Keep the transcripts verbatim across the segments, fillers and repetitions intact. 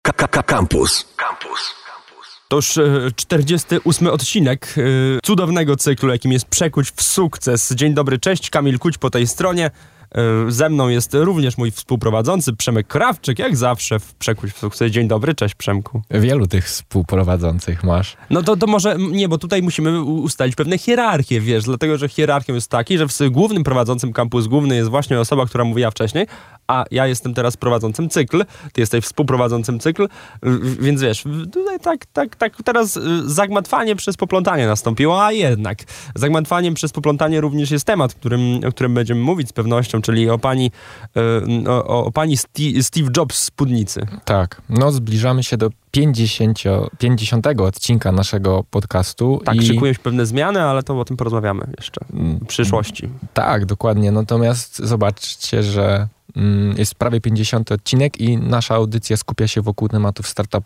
Campus. Campus. To już czterdziesty ósmy odcinek cudownego cyklu, jakim jest Przekuć w sukces. Dzień dobry, cześć, Kamil Kuć po tej stronie. Ze mną jest również mój współprowadzący Przemek Krawczyk, jak zawsze w Przekuć w sukces. Dzień dobry, cześć Przemku. Wielu tych współprowadzących masz. No to, to może, nie, bo tutaj musimy ustalić pewne hierarchie, wiesz, dlatego, że hierarchią jest taki, że w głównym prowadzącym kampus główny jest właśnie osoba, która mówiła wcześniej, a ja jestem teraz prowadzącym cykl, ty jesteś współprowadzącym cykl, więc wiesz, tutaj tak, tak, tak teraz zagmatwanie przez poplątanie nastąpiło, a jednak zagmatwaniem przez poplątanie również jest temat, którym, o którym będziemy mówić z pewnością, czyli o pani, o, o pani Steve Jobs z Spódnicy. Tak, no zbliżamy się do pięćdziesiątego odcinka naszego podcastu. Tak, i... szykują się pewne zmiany, ale to o tym porozmawiamy jeszcze w przyszłości. Tak, dokładnie, natomiast zobaczcie, że jest prawie pięćdziesiąty odcinek i nasza audycja skupia się wokół tematów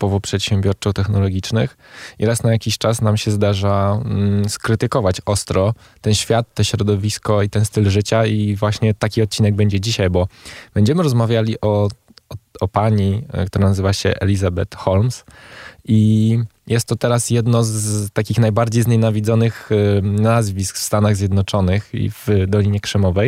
startupowo-przedsiębiorczo-technologicznych i raz na jakiś czas nam się zdarza mm, skrytykować ostro ten świat, to środowisko i ten styl życia i właśnie taki odcinek będzie dzisiaj, bo będziemy rozmawiali o, o, o pani, która nazywa się Elizabeth Holmes i jest to teraz jedno z takich najbardziej znienawidzonych nazwisk w Stanach Zjednoczonych i w Dolinie Krzemowej.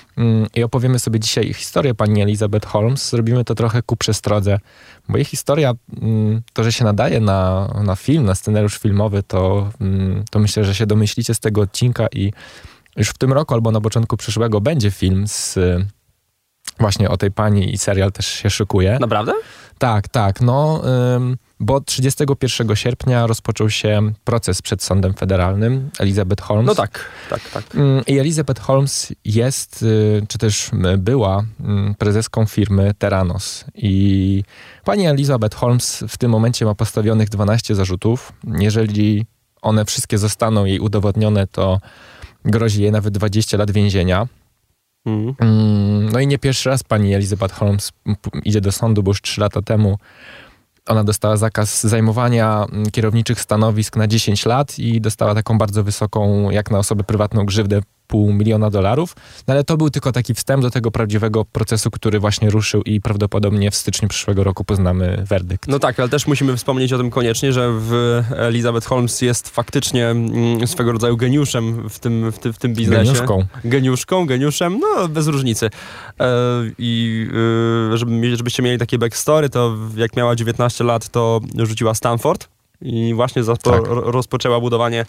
I opowiemy sobie dzisiaj historię pani Elizabeth Holmes. Zrobimy to trochę ku przestrodze, bo jej historia, to, że się nadaje na, na film, na scenariusz filmowy, to, to myślę, że się domyślicie z tego odcinka i już w tym roku albo na początku przyszłego będzie film z właśnie o tej pani i serial też się szykuje. Naprawdę? Tak, tak. No, ym, bo trzydziestego pierwszego sierpnia rozpoczął się proces przed sądem federalnym Elizabeth Holmes. No tak, tak, tak. Ym, I Elizabeth Holmes jest, y, czy też była y, prezeską firmy Theranos. I pani Elizabeth Holmes w tym momencie ma postawionych dwanaście zarzutów. Jeżeli one wszystkie zostaną jej udowodnione, to grozi jej nawet dwadzieścia lat więzienia. Mm. No i nie pierwszy raz pani Elizabeth Holmes idzie do sądu, bo już trzy lata temu ona dostała zakaz zajmowania kierowniczych stanowisk na dziesięć lat i dostała taką bardzo wysoką, jak na osobę prywatną, grzywdę pół miliona dolarów. No ale to był tylko taki wstęp do tego prawdziwego procesu, który właśnie ruszył i prawdopodobnie w styczniu przyszłego roku poznamy werdykt. No tak, ale też musimy wspomnieć o tym koniecznie, że w Elizabeth Holmes jest faktycznie mm, swego rodzaju geniuszem w tym, w tym, w tym biznesie. Geniuszką. Geniuszką, geniuszem, no bez różnicy. E, I e, żeby, żebyście mieli takie backstory, to jak miała dziewiętnaście lat, to rzuciła Stanford i właśnie zaspo, tak. rozpoczęła budowanie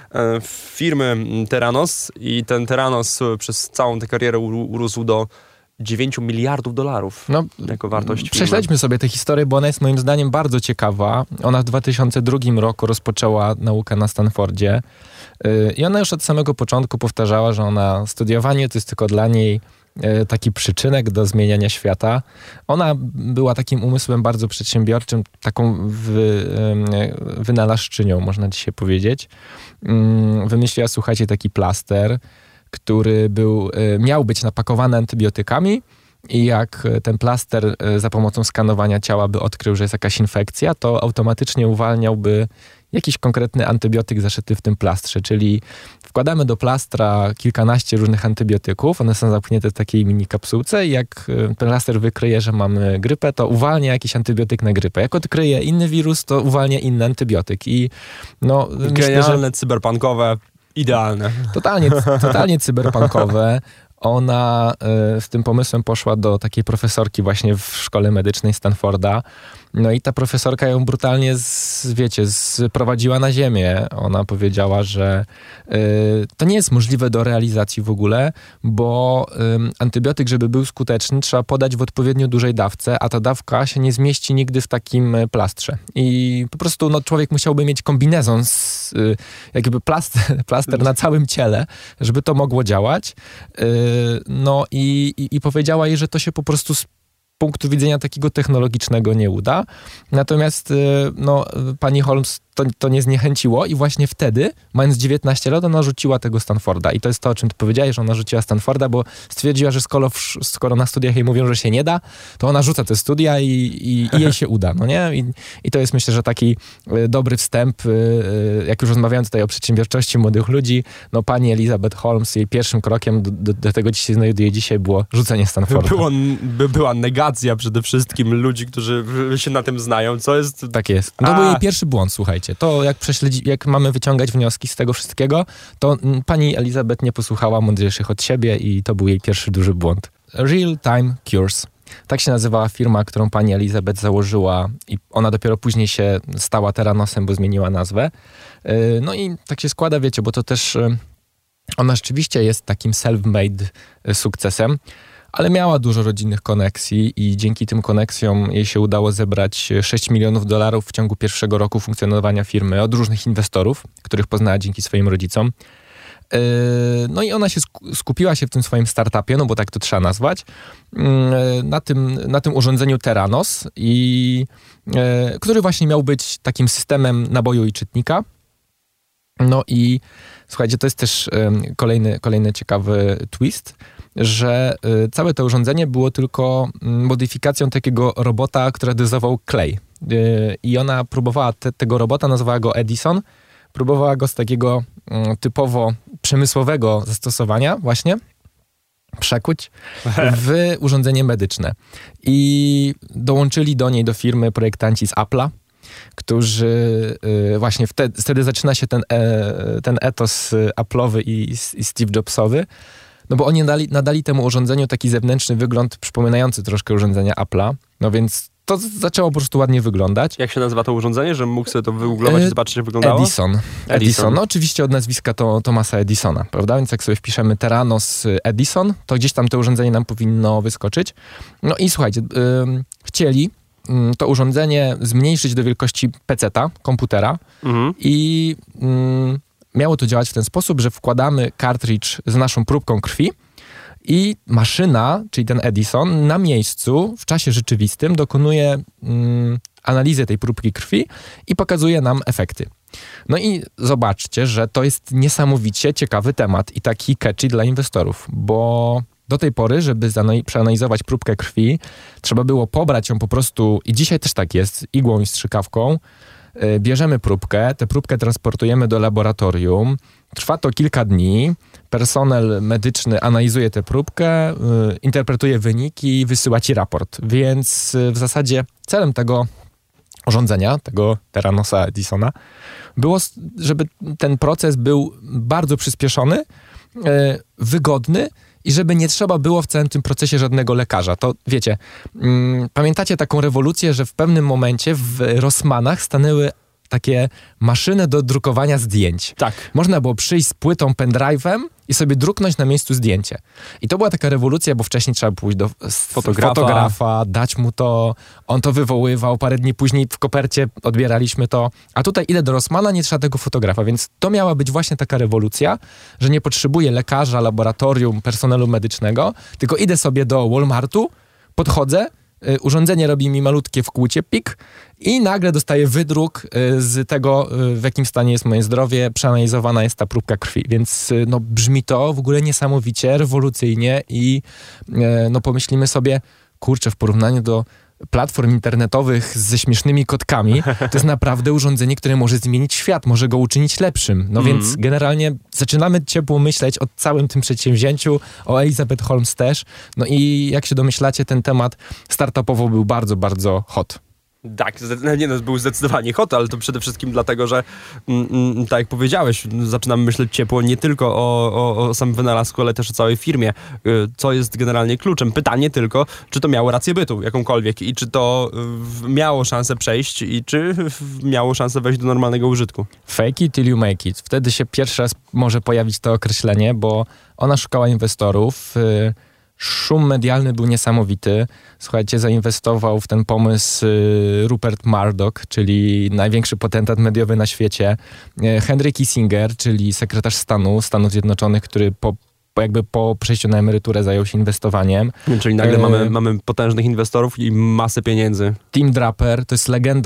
firmy Theranos i ten Theranos przez całą tę karierę urósł do dziewięć miliardów dolarów no, jako wartość. Prześledźmy firmy. sobie tę historię, bo ona jest moim zdaniem bardzo ciekawa. Ona w dwa tysiące drugim roku rozpoczęła naukę na Stanfordzie i ona już od samego początku powtarzała, że ona studiowanie to jest tylko dla niej taki przyczynek do zmieniania świata. Ona była takim umysłem bardzo przedsiębiorczym, taką wy, wynalazczynią, można dzisiaj powiedzieć. Wymyśliła, słuchajcie, taki plaster, który był, miał być napakowany antybiotykami i jak ten plaster za pomocą skanowania ciała by odkrył, że jest jakaś infekcja, to automatycznie uwalniałby jakiś konkretny antybiotyk zaszyty w tym plastrze, czyli wkładamy do plastra kilkanaście różnych antybiotyków, one są zamknięte w takiej mini kapsułce i jak ten plaster wykryje, że mamy grypę, to uwalnia jakiś antybiotyk na grypę. Jak odkryje inny wirus, to uwalnia inny antybiotyk. I no, genialne, myślę, że cyberpunkowe, idealne. Totalnie, totalnie cyberpunkowe. Ona y, z tym pomysłem poszła do takiej profesorki właśnie w szkole medycznej Stanforda. No i ta profesorka ją brutalnie, z, wiecie, sprowadziła na ziemię. Ona powiedziała, że y, to nie jest możliwe do realizacji w ogóle, bo y, antybiotyk, żeby był skuteczny, trzeba podać w odpowiednio dużej dawce, a ta dawka się nie zmieści nigdy w takim plastrze. I po prostu no, człowiek musiałby mieć kombinezon, z, y, jakby plaster, plaster na całym ciele, żeby to mogło działać. Y, no i, i, i powiedziała jej, że to się po prostu z punktu widzenia takiego technologicznego nie uda. Natomiast no, pani Holmes to, to nie zniechęciło i właśnie wtedy, mając dziewiętnaście lat, ona rzuciła tego Stanforda. I to jest to, o czym ty powiedziałeś, że ona rzuciła Stanforda, bo stwierdziła, że skoro, skoro na studiach jej mówią, że się nie da, to ona rzuca te studia i, i, i jej się uda, no nie? I, I to jest, myślę, że taki dobry wstęp, jak już rozmawiałem tutaj o przedsiębiorczości młodych ludzi, no pani Elizabeth Holmes, jej pierwszym krokiem do, do, do tego, gdzie się znajduje dzisiaj, było rzucenie Stanforda. Było, by była negacja przede wszystkim ludzi, którzy się na tym znają, co jest... Tak jest. To był jej pierwszy błąd, słuchajcie. To jak prześledzi, jak mamy wyciągać wnioski z tego wszystkiego, to m, pani Elizabeth nie posłuchała mądrzejszych od siebie i to był jej pierwszy duży błąd. Real Time Cures. Tak się nazywała firma, którą pani Elizabeth założyła i ona dopiero później się stała Theranosem, bo zmieniła nazwę. Yy, no i tak się składa, wiecie, bo to też yy, ona rzeczywiście jest takim self-made yy, sukcesem, ale miała dużo rodzinnych koneksji i dzięki tym koneksjom jej się udało zebrać sześć milionów dolarów w ciągu pierwszego roku funkcjonowania firmy od różnych inwestorów, których poznała dzięki swoim rodzicom. No i ona się skupiła się w tym swoim startupie, no bo tak to trzeba nazwać, na tym, na tym urządzeniu Theranos, i, który właśnie miał być takim systemem naboju i czytnika. No i słuchajcie, to jest też kolejny, kolejny ciekawy twist, że całe to urządzenie było tylko modyfikacją takiego robota, który dozował klej. I ona próbowała te, tego robota, nazwała go Edison, próbowała go z takiego typowo przemysłowego zastosowania właśnie przekuć w urządzenie medyczne. I dołączyli do niej, do firmy, projektanci z Apple'a, którzy właśnie wtedy, wtedy zaczyna się ten, ten etos Apple'owy i, i Steve Jobsowy, no bo oni nadali, nadali temu urządzeniu taki zewnętrzny wygląd przypominający troszkę urządzenia Apple'a, no więc to zaczęło po prostu ładnie wyglądać. Jak się nazywa to urządzenie, żebym mógł sobie to wygooglować i zobaczyć, jak wyglądało? Edison. Edison. Edison. No oczywiście od nazwiska to Thomasa Edisona, prawda? Więc jak sobie wpiszemy Theranos Edison, to gdzieś tam to urządzenie nam powinno wyskoczyć. No i słuchajcie, yy, chcieli yy, to urządzenie zmniejszyć do wielkości peceta, komputera, mhm. i yy, miało to działać w ten sposób, że wkładamy kartridż z naszą próbką krwi i maszyna, czyli ten Edison, na miejscu, w czasie rzeczywistym dokonuje mm, analizy tej próbki krwi i pokazuje nam efekty. No i zobaczcie, że to jest niesamowicie ciekawy temat i taki catchy dla inwestorów, bo do tej pory, żeby przeanalizować próbkę krwi, trzeba było pobrać ją po prostu, i dzisiaj też tak jest, igłą i strzykawką. Bierzemy próbkę, tę próbkę transportujemy do laboratorium, trwa to kilka dni, personel medyczny analizuje tę próbkę, y, interpretuje wyniki i wysyła ci raport. Więc y, w zasadzie celem tego urządzenia, tego Theranosa Edisona, było, żeby ten proces był bardzo przyspieszony, y, wygodny, i żeby nie trzeba było w całym tym procesie żadnego lekarza. To wiecie, mm, pamiętacie taką rewolucję, że w pewnym momencie w Rossmanach stanęły takie maszyny do drukowania zdjęć. Tak. Można było przyjść z płytą, pendrive'em i sobie druknąć na miejscu zdjęcie. I to była taka rewolucja, bo wcześniej trzeba pójść do fotografa. fotografa, dać mu to, on to wywoływał, parę dni później w kopercie odbieraliśmy to, a tutaj idę do Rossmana, nie trzeba tego fotografa, więc to miała być właśnie taka rewolucja, że nie potrzebuję lekarza, laboratorium, personelu medycznego, tylko idę sobie do Walmartu, podchodzę, urządzenie robi mi malutkie wkłucie, pik, i nagle dostaję wydruk z tego, w jakim stanie jest moje zdrowie, przeanalizowana jest ta próbka krwi, więc no, brzmi to w ogóle niesamowicie, rewolucyjnie i no, pomyślimy sobie, kurczę, w porównaniu do platform internetowych ze śmiesznymi kotkami, to jest naprawdę urządzenie, które może zmienić świat, może go uczynić lepszym. No mm. więc generalnie zaczynamy ciepło myśleć o całym tym przedsięwzięciu, o Elizabeth Holmes też. No i jak się domyślacie, ten temat startupowo był bardzo, bardzo hot. Tak, nie no, był zdecydowanie hot, ale to przede wszystkim dlatego, że mm, mm, tak jak powiedziałeś, zaczynamy myśleć ciepło nie tylko o, o, o samym wynalazku, ale też o całej firmie, y, co jest generalnie kluczem. Pytanie tylko, czy to miało rację bytu jakąkolwiek i czy to y, miało szansę przejść i czy y, miało szansę wejść do normalnego użytku. Fake it till you make it. Wtedy się pierwszy raz może pojawić to określenie, bo ona szukała inwestorów, y, szum medialny był niesamowity. Słuchajcie, zainwestował w ten pomysł Rupert Murdoch, czyli największy potentat mediowy na świecie. Henry Kissinger, czyli sekretarz stanu Stanów Zjednoczonych, który po, po jakby po przejściu na emeryturę zajął się inwestowaniem. Czyli nagle e... mamy, mamy potężnych inwestorów i masę pieniędzy. Tim Draper, to jest legenda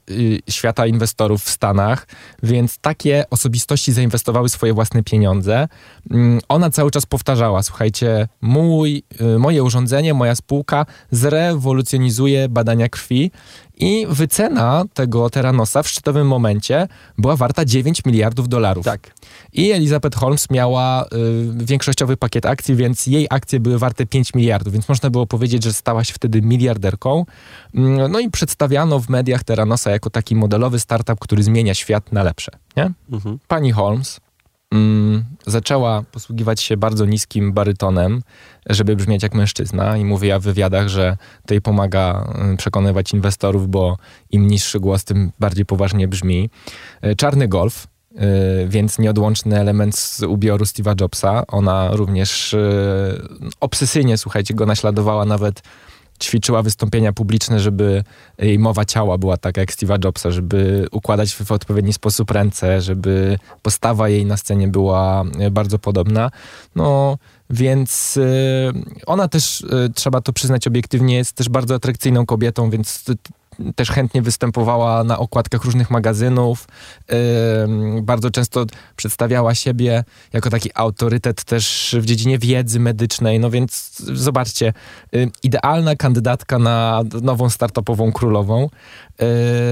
y, świata inwestorów w Stanach, więc takie osobistości zainwestowały swoje własne pieniądze. Y, ona cały czas powtarzała, słuchajcie, mój, y, moje urządzenie, moja spółka zrewolucjonizuje badania krwi i wycena tego Theranosa w szczytowym momencie była warta dziewięć miliardów dolarów. Tak. I Elizabeth Holmes miała y, większościowy pakiet akcji, więc jej akcje były warte pięć miliardów, więc można było powiedzieć, że stała się wtedy miliarderką. No i przedstawiano w mediach Theranosa jako taki modelowy startup, który zmienia świat na lepsze. Nie? Mhm. Pani Holmes mm, zaczęła posługiwać się bardzo niskim barytonem, żeby brzmieć jak mężczyzna i mówiła w wywiadach, że to jej pomaga przekonywać inwestorów, bo im niższy głos, tym bardziej poważnie brzmi. Czarny golf, Yy, więc nieodłączny element z ubioru Steve'a Jobsa. Ona również yy, obsesyjnie, słuchajcie, go naśladowała, nawet ćwiczyła wystąpienia publiczne, żeby jej mowa ciała była taka jak Steve'a Jobsa, żeby układać w odpowiedni sposób ręce, żeby postawa jej na scenie była bardzo podobna. No, więc yy, ona też, yy, trzeba to przyznać obiektywnie, jest też bardzo atrakcyjną kobietą, więc yy, też chętnie występowała na okładkach różnych magazynów. Yy, bardzo często przedstawiała siebie jako taki autorytet też w dziedzinie wiedzy medycznej. No więc zobaczcie, yy, idealna kandydatka na nową startupową królową. Yy,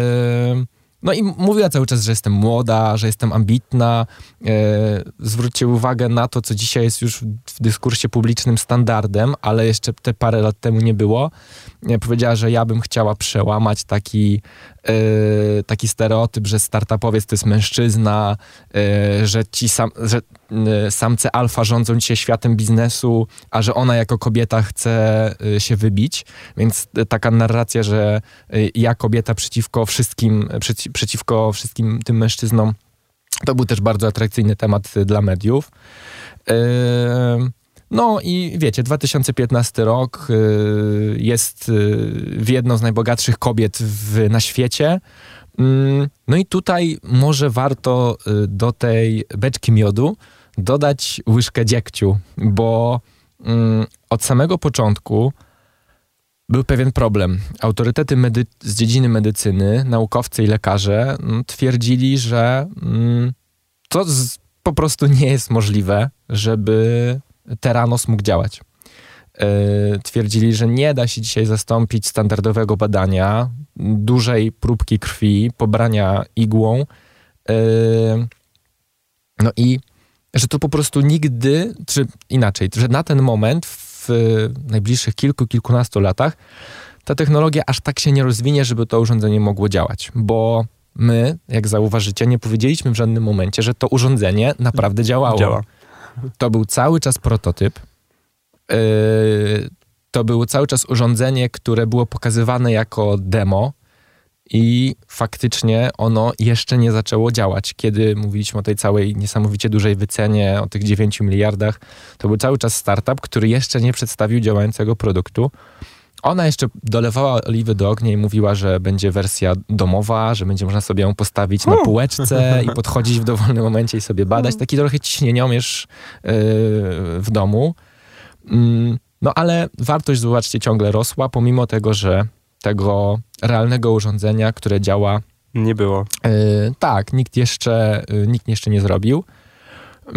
No i mówiła cały czas, że jestem młoda, że jestem ambitna. E, zwróćcie uwagę na to, co dzisiaj jest już w dyskursie publicznym standardem, ale jeszcze te parę lat temu nie było. E, powiedziała, że ja bym chciała przełamać taki, e, taki stereotyp, że startupowiec to jest mężczyzna, e, że ci sam, że e, samce alfa rządzą dzisiaj światem biznesu, a że ona jako kobieta chce e, się wybić. Więc e, taka narracja, że e, ja kobieta przeciwko wszystkim, przeci, przeciwko wszystkim tym mężczyznom, to był też bardzo atrakcyjny temat dla mediów. No i wiecie, dwa tysiące piętnasty rok jest w jedną z najbogatszych kobiet w, na świecie. No i tutaj może warto do tej beczki miodu dodać łyżkę dziegciu, bo od samego początku był pewien problem. Autorytety medy- z dziedziny medycyny, naukowcy i lekarze m, twierdzili, że m, to z, po prostu nie jest możliwe, żeby Theranos mógł działać. E, twierdzili, że nie da się dzisiaj zastąpić standardowego badania, dużej próbki krwi, pobrania igłą. E, no i że to po prostu nigdy, czy inaczej, że na ten moment w najbliższych kilku, kilkunastu latach ta technologia aż tak się nie rozwinie, żeby to urządzenie mogło działać. Bo my, jak zauważycie, nie powiedzieliśmy w żadnym momencie, że to urządzenie naprawdę działało. Działa. To był cały czas prototyp. Yy, to było cały czas urządzenie, które było pokazywane jako demo i faktycznie ono jeszcze nie zaczęło działać. Kiedy mówiliśmy o tej całej niesamowicie dużej wycenie, o tych dziewięciu miliardach, to był cały czas startup, który jeszcze nie przedstawił działającego produktu. Ona jeszcze dolewała oliwy do ognia i mówiła, że będzie wersja domowa, że będzie można sobie ją postawić na półeczce i podchodzić w dowolnym momencie i sobie badać. Taki trochę ciśnieniomierz yy, w domu. Yy, no ale wartość, zobaczcie, ciągle rosła, pomimo tego, że tego realnego urządzenia, które działa... Nie było. Yy, tak, nikt jeszcze, yy, nikt jeszcze nie zrobił. Yy,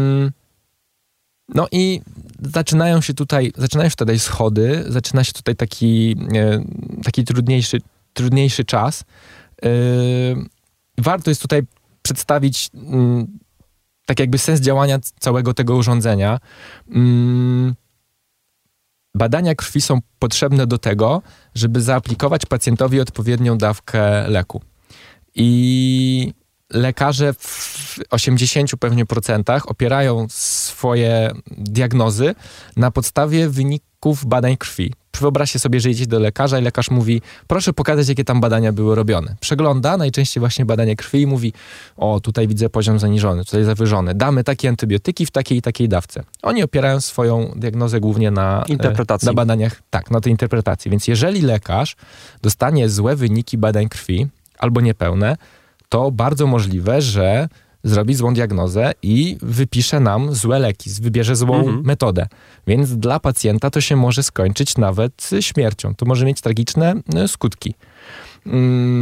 no i zaczynają się tutaj, zaczynają się tutaj schody, zaczyna się tutaj taki, yy, taki trudniejszy, trudniejszy czas. Yy, warto jest tutaj przedstawić yy, tak jakby sens działania całego tego urządzenia. Yy, Badania krwi są potrzebne do tego, żeby zaaplikować pacjentowi odpowiednią dawkę leku. I lekarze w osiemdziesięciu pewnie procentach opierają swoje diagnozy na podstawie wyników badań krwi. Wyobraźcie sobie, że idziecie do lekarza i lekarz mówi, proszę pokazać, jakie tam badania były robione. Przegląda najczęściej właśnie badanie krwi i mówi, o, tutaj widzę poziom zaniżony, tutaj zawyżony. Damy takie antybiotyki w takiej i takiej dawce. Oni opierają swoją diagnozę głównie na, interpretacji. na badaniach, tak, na tej interpretacji. Więc jeżeli lekarz dostanie złe wyniki badań krwi albo niepełne, to bardzo możliwe, że zrobi złą diagnozę i wypisze nam złe leki, wybierze złą mhm. metodę. Więc dla pacjenta to się może skończyć nawet śmiercią. To może mieć tragiczne skutki.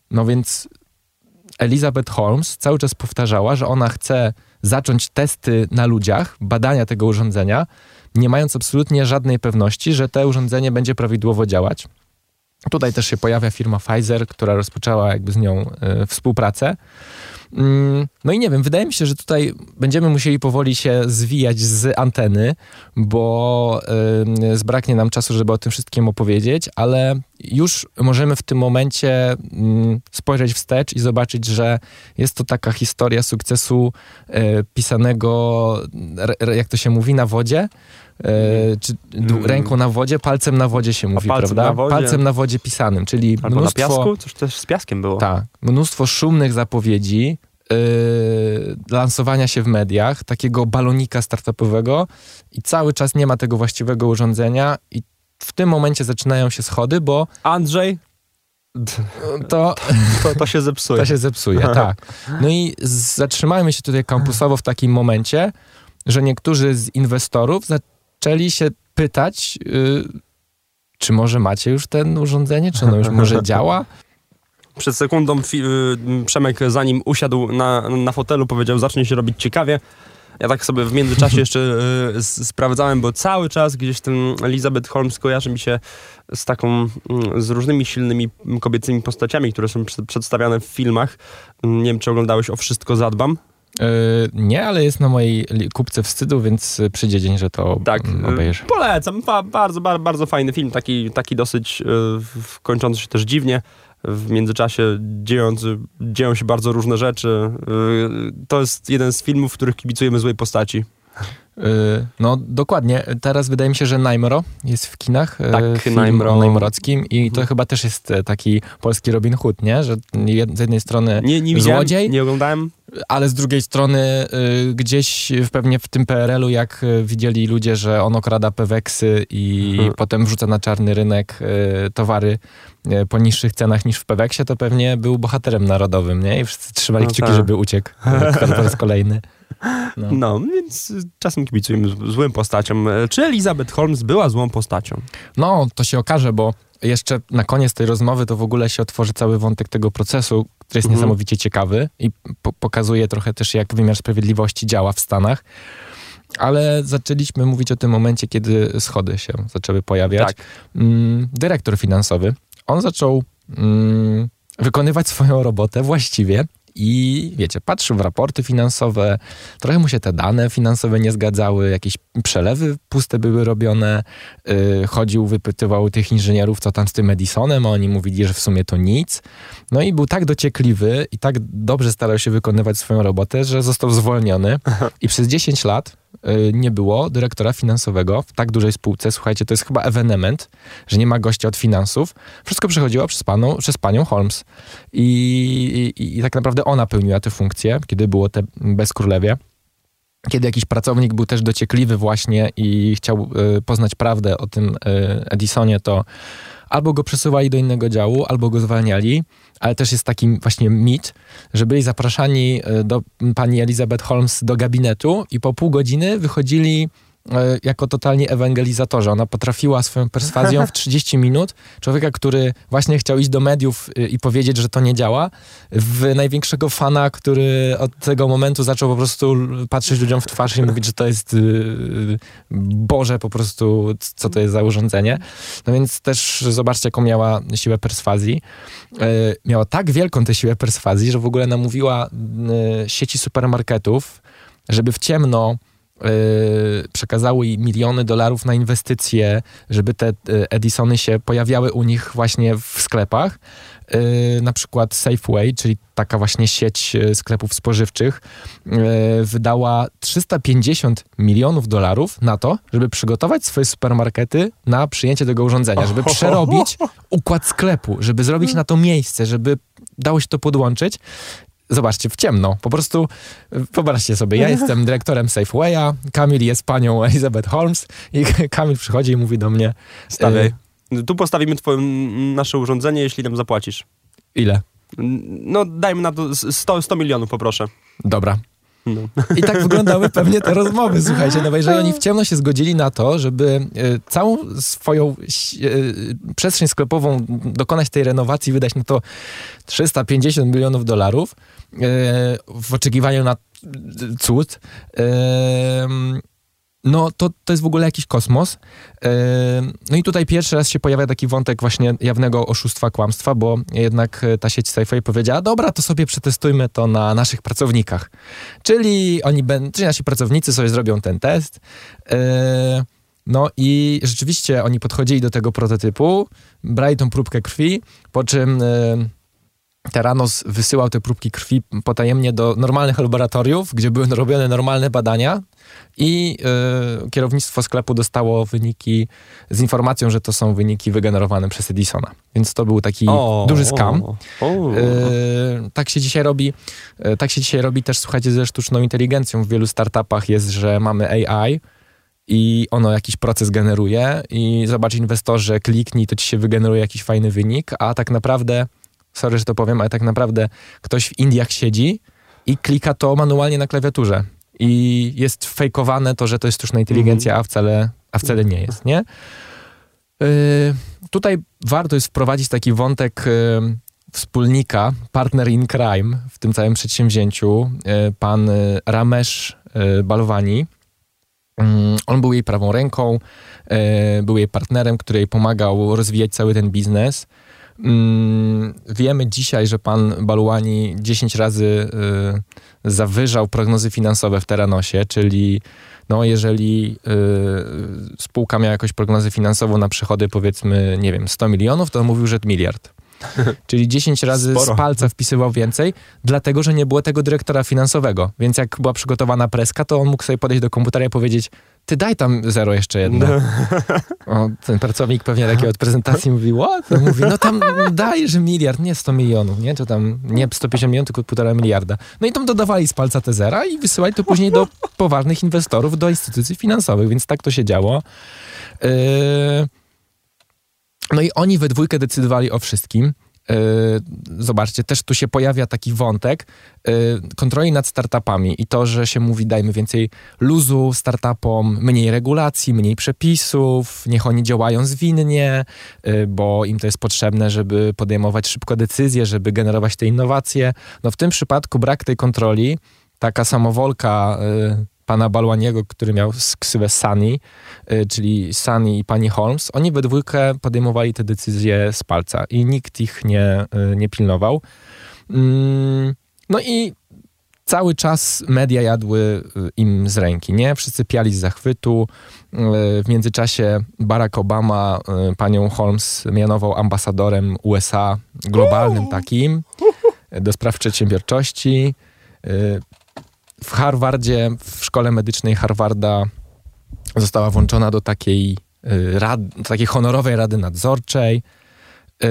No więc Elizabeth Holmes cały czas powtarzała, że ona chce zacząć testy na ludziach, badania tego urządzenia, nie mając absolutnie żadnej pewności, że to urządzenie będzie prawidłowo działać. Tutaj też się pojawia firma Pfizer, która rozpoczęła jakby z nią y, współpracę. Mm, no i nie wiem, wydaje mi się, że tutaj będziemy musieli powoli się zwijać z anteny, bo y, zbraknie nam czasu, żeby o tym wszystkim opowiedzieć, ale już możemy w tym momencie y, spojrzeć wstecz i zobaczyć, że jest to taka historia sukcesu y, pisanego, r, jak to się mówi, na wodzie. E, czy d- ręką na wodzie, palcem na wodzie się mówi, palcem prawda? na wodzie. Palcem na wodzie pisanym, czyli Albo mnóstwo... na piasku? Coś też z piaskiem było. Tak, mnóstwo szumnych zapowiedzi, yy, lansowania się w mediach, takiego balonika startupowego i cały czas nie ma tego właściwego urządzenia i w tym momencie zaczynają się schody, bo Andrzej? to, To, to się zepsuje. to się zepsuje, tak. No i zatrzymajmy się tutaj kampusowo w takim momencie, że niektórzy z inwestorów zaczęli się pytać, yy, czy może macie już ten urządzenie, czy ono już może działa? Przed sekundą fi- y, Przemek, zanim usiadł na, na fotelu, powiedział, zacznie się robić ciekawie. Ja tak sobie w międzyczasie jeszcze y, s- sprawdzałem, bo cały czas gdzieś ten Elizabeth Holmes kojarzy mi się z taką, y, z różnymi silnymi kobiecymi postaciami, które są przy- przedstawiane w filmach. Nie wiem, czy oglądałeś O wszystko zadbam? Yy, nie, ale jest na mojej li- kupce wstydu, więc przyjdzie dzień, że to Tak, mm, obejrzę. y, polecam. Ba- bardzo, bardzo, bardzo fajny film, taki, taki dosyć y, w- kończący się też dziwnie. W międzyczasie dziejący, dzieją się bardzo różne rzeczy. Y, To jest jeden z filmów, w których kibicujemy złej postaci. Yy, no dokładnie. Teraz wydaje mi się, że Najmro jest w kinach. Tak, yy, film Najmro. o Najmrockim i to Mhm. chyba też jest e, taki polski Robin Hood, nie? Że jed- z jednej strony Nie, nie widziałem, złodziej, nie oglądałem. ale z drugiej strony y, gdzieś w- pewnie w tym P R L-u, jak y, widzieli ludzie, że on okrada Peweksy i Mhm. potem wrzuca na czarny rynek y, towary y, po niższych cenach niż w Peweksie, to pewnie był bohaterem narodowym, nie? I wszyscy trzymali No kciuki, tak. żeby uciekł y, po raz kolejny. No. No, więc czasem kibicujemy z- złym postaciom. Czy Elizabeth Holmes była złą postacią? No, to się okaże, bo jeszcze na koniec tej rozmowy to w ogóle się otworzy cały wątek tego procesu, który jest Mhm. niesamowicie ciekawy i po- pokazuje trochę też, jak wymiar sprawiedliwości działa w Stanach. Ale zaczęliśmy mówić o tym momencie, kiedy schody się zaczęły pojawiać. Tak. Mm, dyrektor finansowy, on zaczął mm, wykonywać swoją robotę właściwie i wiecie, patrzył w raporty finansowe, trochę mu się te dane finansowe nie zgadzały, jakieś przelewy puste były robione, yy, chodził, wypytywał tych inżynierów, co tam z tym Edisonem, a oni mówili, że w sumie to nic. No i był tak dociekliwy i tak dobrze starał się wykonywać swoją robotę, że został zwolniony i przez dziesięć lat y, nie było dyrektora finansowego w tak dużej spółce. Słuchajcie, to jest chyba ewenement, że nie ma gościa od finansów. Wszystko przechodziło przez, panu, przez panią Holmes. I, i, I tak naprawdę ona pełniła tę funkcję, kiedy było te bezkrólewie. Kiedy jakiś pracownik był też dociekliwy właśnie i chciał y, poznać prawdę o tym y, Edisonie, to albo go przesuwali do innego działu, albo go zwalniali, ale też jest taki właśnie mit, że byli zapraszani y, do pani Elizabeth Holmes do gabinetu i po pół godziny wychodzili y, jako totalni ewangelizatorzy. Ona potrafiła swoją perswazją w trzydzieści minut człowieka, który właśnie chciał iść do mediów y, i powiedzieć, że to nie działa, w największego fana, który od tego momentu zaczął po prostu patrzeć ludziom w twarz i mówić, że to jest y, Boże po prostu, co to jest za urządzenie. No więc też zobaczcie, jaką miała siłę perswazji. Y, miała tak wielką tę siłę perswazji, że w ogóle namówiła y, sieci supermarketów, żeby w ciemno Yy, przekazały jej miliony dolarów na inwestycje, żeby te yy, Edisony się pojawiały u nich właśnie w sklepach. Yy, na przykład Safeway, czyli taka właśnie sieć yy, sklepów spożywczych, yy, wydała trzysta pięćdziesiąt milionów dolarów na to, żeby przygotować swoje supermarkety na przyjęcie tego urządzenia, żeby przerobić układ sklepu, żeby zrobić na to miejsce, żeby dało się to podłączyć. Zobaczcie, w ciemno. Po prostu wyobraźcie sobie, ja jestem dyrektorem Safewaya, Kamil jest panią Elizabeth Holmes i Kamil przychodzi i mówi do mnie: Stawiaj. Tu postawimy twoje, nasze urządzenie, jeśli nam zapłacisz. Ile? No dajmy na to sto, sto milionów, poproszę. Dobra. No. I tak wyglądały pewnie te rozmowy, słuchajcie, no bo jeżeli oni w ciemno się zgodzili na to, żeby y, całą swoją y, przestrzeń sklepową dokonać tej renowacji, wydać na to trzysta pięćdziesiąt milionów dolarów y, w oczekiwaniu na cud, y, no to, to jest w ogóle jakiś kosmos. No i tutaj pierwszy raz się pojawia taki wątek właśnie jawnego oszustwa, kłamstwa, bo jednak ta sieć Safeway powiedziała, dobra, to sobie przetestujmy to na naszych pracownikach. Czyli oni będą, czyli nasi pracownicy sobie zrobią ten test. No i rzeczywiście oni podchodzili do tego prototypu, brali tą próbkę krwi, po czym Theranos wysyłał te próbki krwi potajemnie do normalnych laboratoriów, gdzie były robione normalne badania i y, kierownictwo sklepu dostało wyniki z informacją, że to są wyniki wygenerowane przez Edisona. Więc to był taki o, duży skam. O, o. Y, tak się dzisiaj robi, y, tak się dzisiaj robi też, słuchajcie, ze sztuczną inteligencją. W wielu startupach jest, że mamy A I i ono jakiś proces generuje i zobacz, inwestorze, kliknij, to ci się wygeneruje jakiś fajny wynik, a tak naprawdę sorry, że to powiem, ale tak naprawdę ktoś w Indiach siedzi i klika to manualnie na klawiaturze. I jest fejkowane to, że to jest sztuczna inteligencja, mm. a, wcale, a wcale nie jest, nie? Yy, tutaj warto jest wprowadzić taki wątek yy, wspólnika, partner in crime w tym całym przedsięwzięciu, yy, pan yy, Ramesh yy, Balwani. Yy, on był jej prawą ręką, yy, był jej partnerem, który jej pomagał rozwijać cały ten biznes. Mm, wiemy dzisiaj, że pan Balwani dziesięć razy y, zawyżał prognozy finansowe w Theranosie, czyli no, jeżeli y, spółka miała jakąś prognozę finansową na przychody powiedzmy, nie wiem, sto milionów, to on mówił, że miliard. Czyli dziesięć razy Sporo. z palca wpisywał więcej, dlatego, że nie było tego dyrektora finansowego. Więc jak była przygotowana preska, to on mógł sobie podejść do komputera i powiedzieć, ty daj tam zero jeszcze jedno. No. O, ten pracownik pewnie takiej od prezentacji mówi, what? No mówi, no tam daj, że miliard, nie sto milionów, nie? To tam nie sto pięćdziesiąt milionów, tylko półtora miliarda. No i tam dodawali z palca te zera i wysyłali to później do poważnych inwestorów, do instytucji finansowych, więc tak to się działo. Yy... No i oni we dwójkę decydowali o wszystkim. Yy, zobaczcie, też tu się pojawia taki wątek yy, kontroli nad startupami i to, że się mówi, dajmy więcej luzu startupom, mniej regulacji, mniej przepisów, niech oni działają zwinnie, yy, bo im to jest potrzebne, żeby podejmować szybko decyzje, żeby generować te innowacje. No w tym przypadku brak tej kontroli, taka samowolka yy, pana Balwaniego, który miał ksywę Sunny, y, czyli Sunny i pani Holmes, oni we dwójkę podejmowali te decyzje z palca i nikt ich nie, y, nie pilnował. Mm, no i cały czas media jadły im z ręki, nie? Wszyscy piali z zachwytu. Y, w międzyczasie Barack Obama y, panią Holmes mianował ambasadorem U S A, globalnym takim, do spraw przedsiębiorczości. Y, W Harvardzie, w szkole medycznej Harvarda została włączona do takiej, y, rad, do takiej honorowej rady nadzorczej. Y,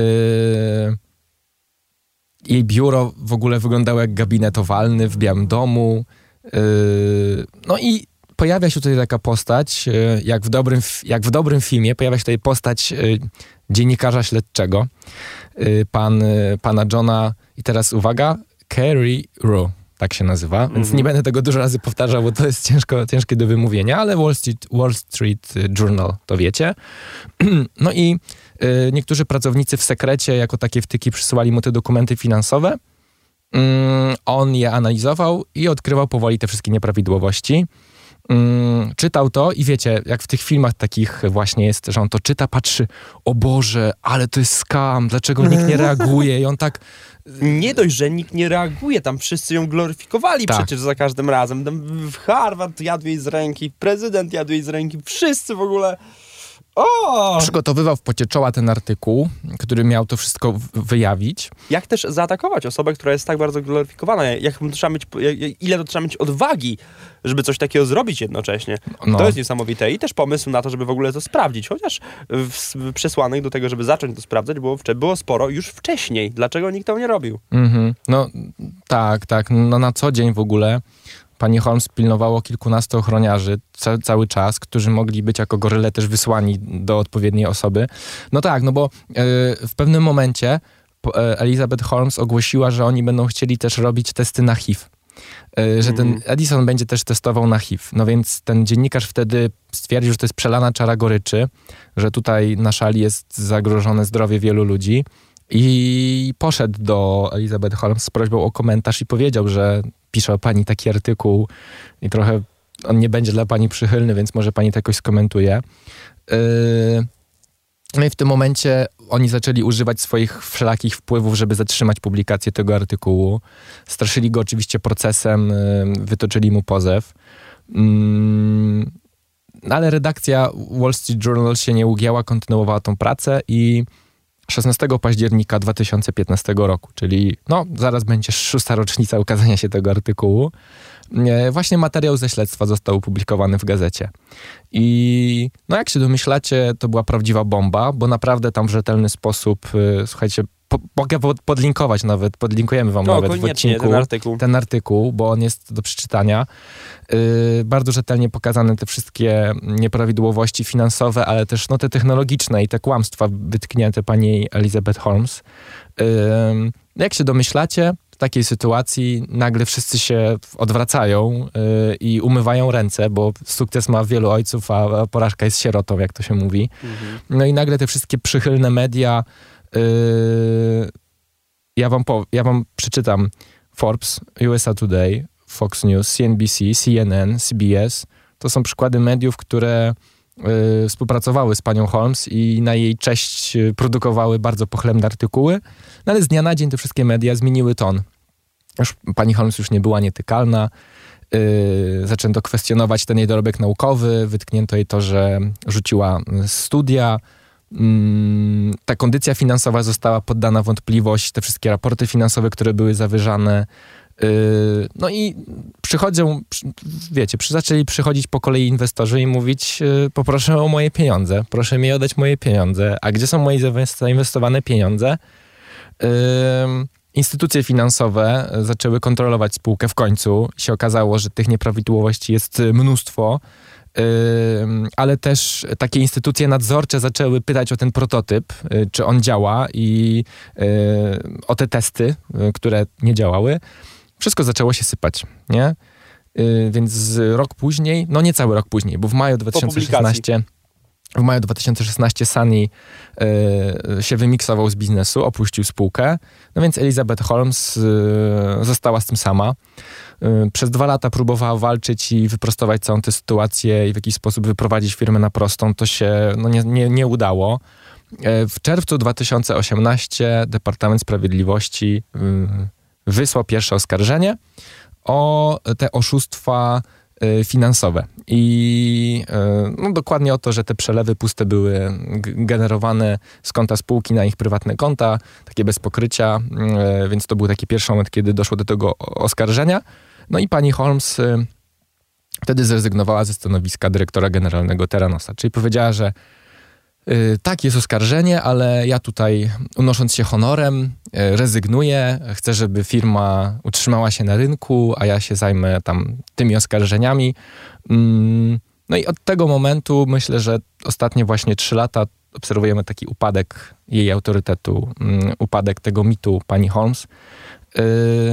jej biuro w ogóle wyglądało jak gabinet owalny w Białym Domu. Y, no i pojawia się tutaj taka postać, y, jak w dobrym, jak w dobrym filmie, pojawia się tutaj postać y, dziennikarza śledczego, y, pan, y, pana Johna, i teraz uwaga, Kerry Rowe. Tak się nazywa, mm-hmm. więc nie będę tego dużo razy powtarzał, bo to jest ciężko, ciężkie do wymówienia, ale Wall Street, Wall Street Journal to wiecie. No i y, niektórzy pracownicy w sekrecie jako takie wtyki przysyłali mu te dokumenty finansowe. Mm, on je analizował i odkrywał powoli te wszystkie nieprawidłowości. Mm, czytał to i wiecie, jak w tych filmach takich właśnie jest, że on to czyta, patrzy, o Boże, ale to jest scam, dlaczego nikt nie reaguje? I on tak... Nie dość, że nikt nie reaguje, tam wszyscy ją gloryfikowali tak. przecież za każdym razem. Tam w Harvard jadł jej z ręki, prezydent jadł jej z ręki, wszyscy w ogóle... O! Przygotowywał w pocie czoła ten artykuł, który miał to wszystko w- wyjawić. Jak też zaatakować osobę, która jest tak bardzo gloryfikowana? Jak trzeba mieć, ile to trzeba mieć odwagi, żeby coś takiego zrobić jednocześnie? No. To jest niesamowite. I też pomysł na to, żeby w ogóle to sprawdzić. Chociaż w, w przesłanych do tego, żeby zacząć to sprawdzać, było, było sporo już wcześniej. Dlaczego nikt tego nie robił? Mm-hmm. No tak, tak. No na co dzień w ogóle pani Holmes pilnowało kilkunastu ochroniarzy ca- cały czas, którzy mogli być jako goryle też wysłani do odpowiedniej osoby. No tak, no bo yy, w pewnym momencie yy, Elizabeth Holmes ogłosiła, że oni będą chcieli też robić testy na H I V. y, że ten Edison będzie też testował na H I V. No więc ten dziennikarz wtedy stwierdził, że to jest przelana czara goryczy, że tutaj na szali jest zagrożone zdrowie wielu ludzi i poszedł do Elizabeth Holmes z prośbą o komentarz i powiedział, że pisze o pani taki artykuł i trochę on nie będzie dla pani przychylny, więc może pani to jakoś skomentuje. Yy, no i w tym momencie oni zaczęli używać swoich wszelakich wpływów, żeby zatrzymać publikację tego artykułu. Straszyli go oczywiście procesem, yy, wytoczyli mu pozew. Yy, ale redakcja Wall Street Journal się nie ugięła, kontynuowała tą pracę i szesnastego października dwa tysiące piętnastego roku, czyli no zaraz będzie szósta rocznica ukazania się tego artykułu, właśnie materiał ze śledztwa został opublikowany w gazecie. I no jak się domyślacie, to była prawdziwa bomba, bo naprawdę tam w rzetelny sposób, słuchajcie, po, mogę podlinkować nawet, podlinkujemy wam no, nawet w odcinku ten artykuł. ten artykuł, bo on jest do przeczytania. Yy, bardzo rzetelnie pokazane te wszystkie nieprawidłowości finansowe, ale też no, te technologiczne i te kłamstwa wytknięte pani Elizabeth Holmes. Yy, jak się domyślacie, w takiej sytuacji nagle wszyscy się odwracają yy, i umywają ręce, bo sukces ma wielu ojców, a, a porażka jest sierotą, jak to się mówi. Mhm. No i nagle te wszystkie przychylne media, yy, ja, wam po, ja wam przeczytam Forbes, U S A Today, Fox News, C N B C, C N N, C B S. To są przykłady mediów, które y, współpracowały z panią Holmes i na jej cześć produkowały bardzo pochlebne artykuły. No ale z dnia na dzień te wszystkie media zmieniły ton. Już pani Holmes już nie była nietykalna. Y, zaczęto kwestionować ten jej dorobek naukowy. Wytknięto jej to, że rzuciła studia. Y, ta kondycja finansowa została poddana w wątpliwość. Te wszystkie raporty finansowe, które były zawyżane. No i przychodzą, wiecie, zaczęli przychodzić po kolei inwestorzy i mówić, poproszę o moje pieniądze, proszę mi oddać moje pieniądze. A gdzie są moje zainwestowane pieniądze? Instytucje finansowe zaczęły kontrolować spółkę w końcu. Się okazało, że tych nieprawidłowości jest mnóstwo, ale też takie instytucje nadzorcze zaczęły pytać o ten prototyp, czy on działa i o te testy, które nie działały. Wszystko zaczęło się sypać, nie? Yy, więc rok później, no nie cały rok później, bo w maju dwa tysiące szesnastego w maju dwa tysiące szesnastego Sunny yy, się wymiksował z biznesu, opuścił spółkę, no więc Elizabeth Holmes yy, została z tym sama. Yy, przez dwa lata próbowała walczyć i wyprostować całą tę sytuację i w jakiś sposób wyprowadzić firmę na prostą. To się no, nie, nie, nie udało. Yy, w czerwcu dwa tysiące osiemnastego Departament Sprawiedliwości yy, wysłał pierwsze oskarżenie o te oszustwa y, finansowe. I y, no, dokładnie o to, że te przelewy puste były g- generowane z konta spółki na ich prywatne konta, takie bez pokrycia, y, więc to był taki pierwszy moment, kiedy doszło do tego oskarżenia. No i pani Holmes y, wtedy zrezygnowała ze stanowiska dyrektora generalnego Terranosa, czyli powiedziała, że Yy, tak, jest oskarżenie, ale ja tutaj, unosząc się honorem, yy, rezygnuję. Chcę, żeby firma utrzymała się na rynku, a ja się zajmę tam tymi oskarżeniami. Yy, no i od tego momentu myślę, że ostatnie właśnie trzy lata obserwujemy taki upadek jej autorytetu, yy, upadek tego mitu pani Holmes. Yy,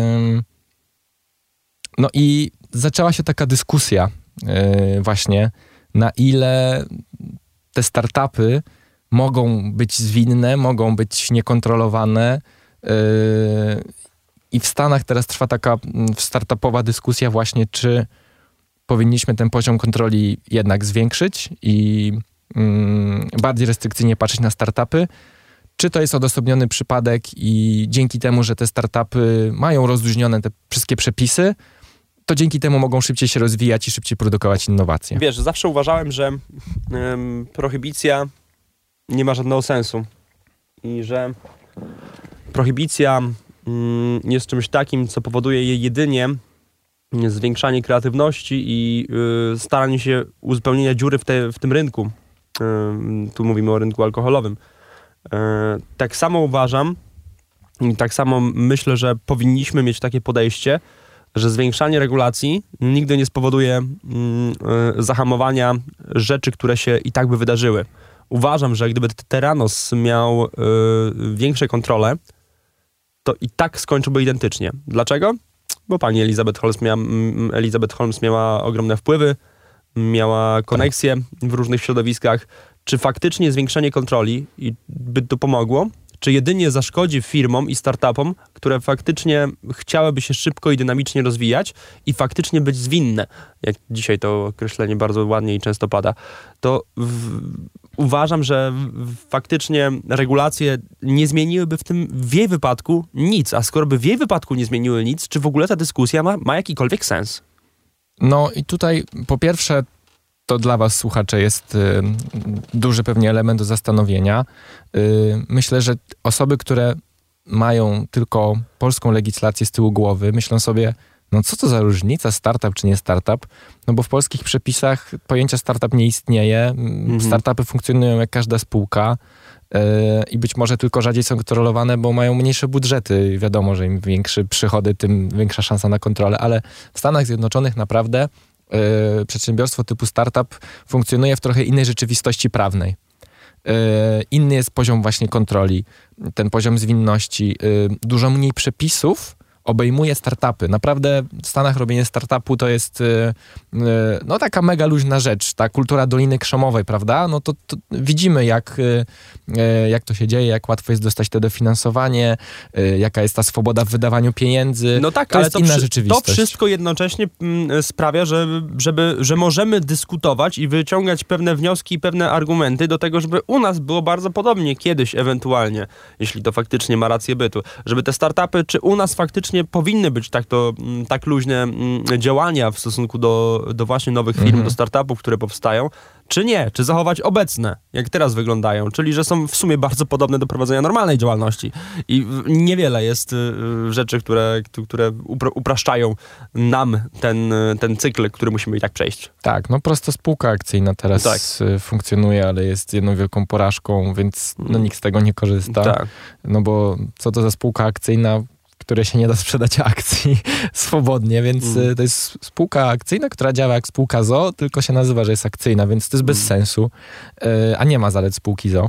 no i zaczęła się taka dyskusja yy, właśnie, na ile te startupy mogą być zwinne, mogą być niekontrolowane yy, i w Stanach teraz trwa taka startupowa dyskusja właśnie, czy powinniśmy ten poziom kontroli jednak zwiększyć i yy, bardziej restrykcyjnie patrzeć na startupy, czy to jest odosobniony przypadek i dzięki temu, że te startupy mają rozluźnione te wszystkie przepisy, to dzięki temu mogą szybciej się rozwijać i szybciej produkować innowacje. Wiesz, zawsze uważałem, że ym, prohibicja nie ma żadnego sensu i że prohibicja ym, jest czymś takim, co powoduje je jedynie zwiększanie kreatywności i y, staranie się uzupełnienia dziury w, te, w tym rynku. Y, tu mówimy o rynku alkoholowym. Y, tak samo uważam i tak samo myślę, że powinniśmy mieć takie podejście, że zwiększanie regulacji nigdy nie spowoduje mm, y, zahamowania rzeczy, które się i tak by wydarzyły. Uważam, że gdyby Theranos miał y, większe kontrole, to i tak skończyłby identycznie. Dlaczego? bo pani Elizabeth Holmes miała, Elizabeth Holmes miała ogromne wpływy, miała koneksje w różnych środowiskach. Czy faktycznie zwiększenie kontroli by to pomogło? Czy jedynie zaszkodzi firmom i startupom, które faktycznie chciałyby się szybko i dynamicznie rozwijać i faktycznie być zwinne, jak dzisiaj to określenie bardzo ładnie i często pada, to w, uważam, że w, faktycznie regulacje nie zmieniłyby w tym w jej wypadku nic. A skoro by w jej wypadku nie zmieniły nic, czy w ogóle ta dyskusja ma, ma jakikolwiek sens? No i tutaj po pierwsze to dla was, słuchacze, jest y, duży pewnie element do zastanowienia. Y, myślę, że osoby, które mają tylko polską legislację z tyłu głowy, myślą sobie, no co to za różnica, startup czy nie startup? No bo w polskich przepisach pojęcia startup nie istnieje. Mhm. Startupy funkcjonują jak każda spółka y, i być może tylko rzadziej są kontrolowane, bo mają mniejsze budżety. Wiadomo, że im większe przychody, tym większa szansa na kontrolę, ale w Stanach Zjednoczonych naprawdę Yy, przedsiębiorstwo typu startup funkcjonuje w trochę innej rzeczywistości prawnej. Yy, inny jest poziom właśnie kontroli, ten poziom zwinności. Yy, dużo mniej przepisów obejmuje startupy. Naprawdę w Stanach robienie startupu to jest yy, yy, no taka mega luźna rzecz. Ta kultura Doliny Krzemowej, prawda? No to, to widzimy jak, yy, jak to się dzieje, jak łatwo jest dostać to dofinansowanie, yy, jaka jest ta swoboda w wydawaniu pieniędzy. No tak, to ale jest to, inna przy, rzeczywistość. to wszystko jednocześnie mm, sprawia, że, żeby, że możemy dyskutować i wyciągać pewne wnioski i pewne argumenty do tego, żeby u nas było bardzo podobnie kiedyś ewentualnie, jeśli to faktycznie ma rację bytu. Żeby te startupy, czy u nas faktycznie powinny być tak, to, tak luźne działania w stosunku do, do właśnie nowych firm, mhm. do startupów, które powstają, czy nie? Czy zachować obecne, jak teraz wyglądają, czyli że są w sumie bardzo podobne do prowadzenia normalnej działalności. I niewiele jest rzeczy, które, które upraszczają nam ten, ten cykl, który musimy i tak przejść. Tak, no prosto spółka akcyjna teraz tak. funkcjonuje, ale jest jedną wielką porażką, więc no, nikt z tego nie korzysta. Tak. No bo co to za spółka akcyjna, które się nie da sprzedać akcji swobodnie, więc mm. to jest spółka akcyjna, która działa jak spółka z o o, tylko się nazywa, że jest akcyjna, więc to jest bez mm. sensu, a nie ma zalet spółki z o o.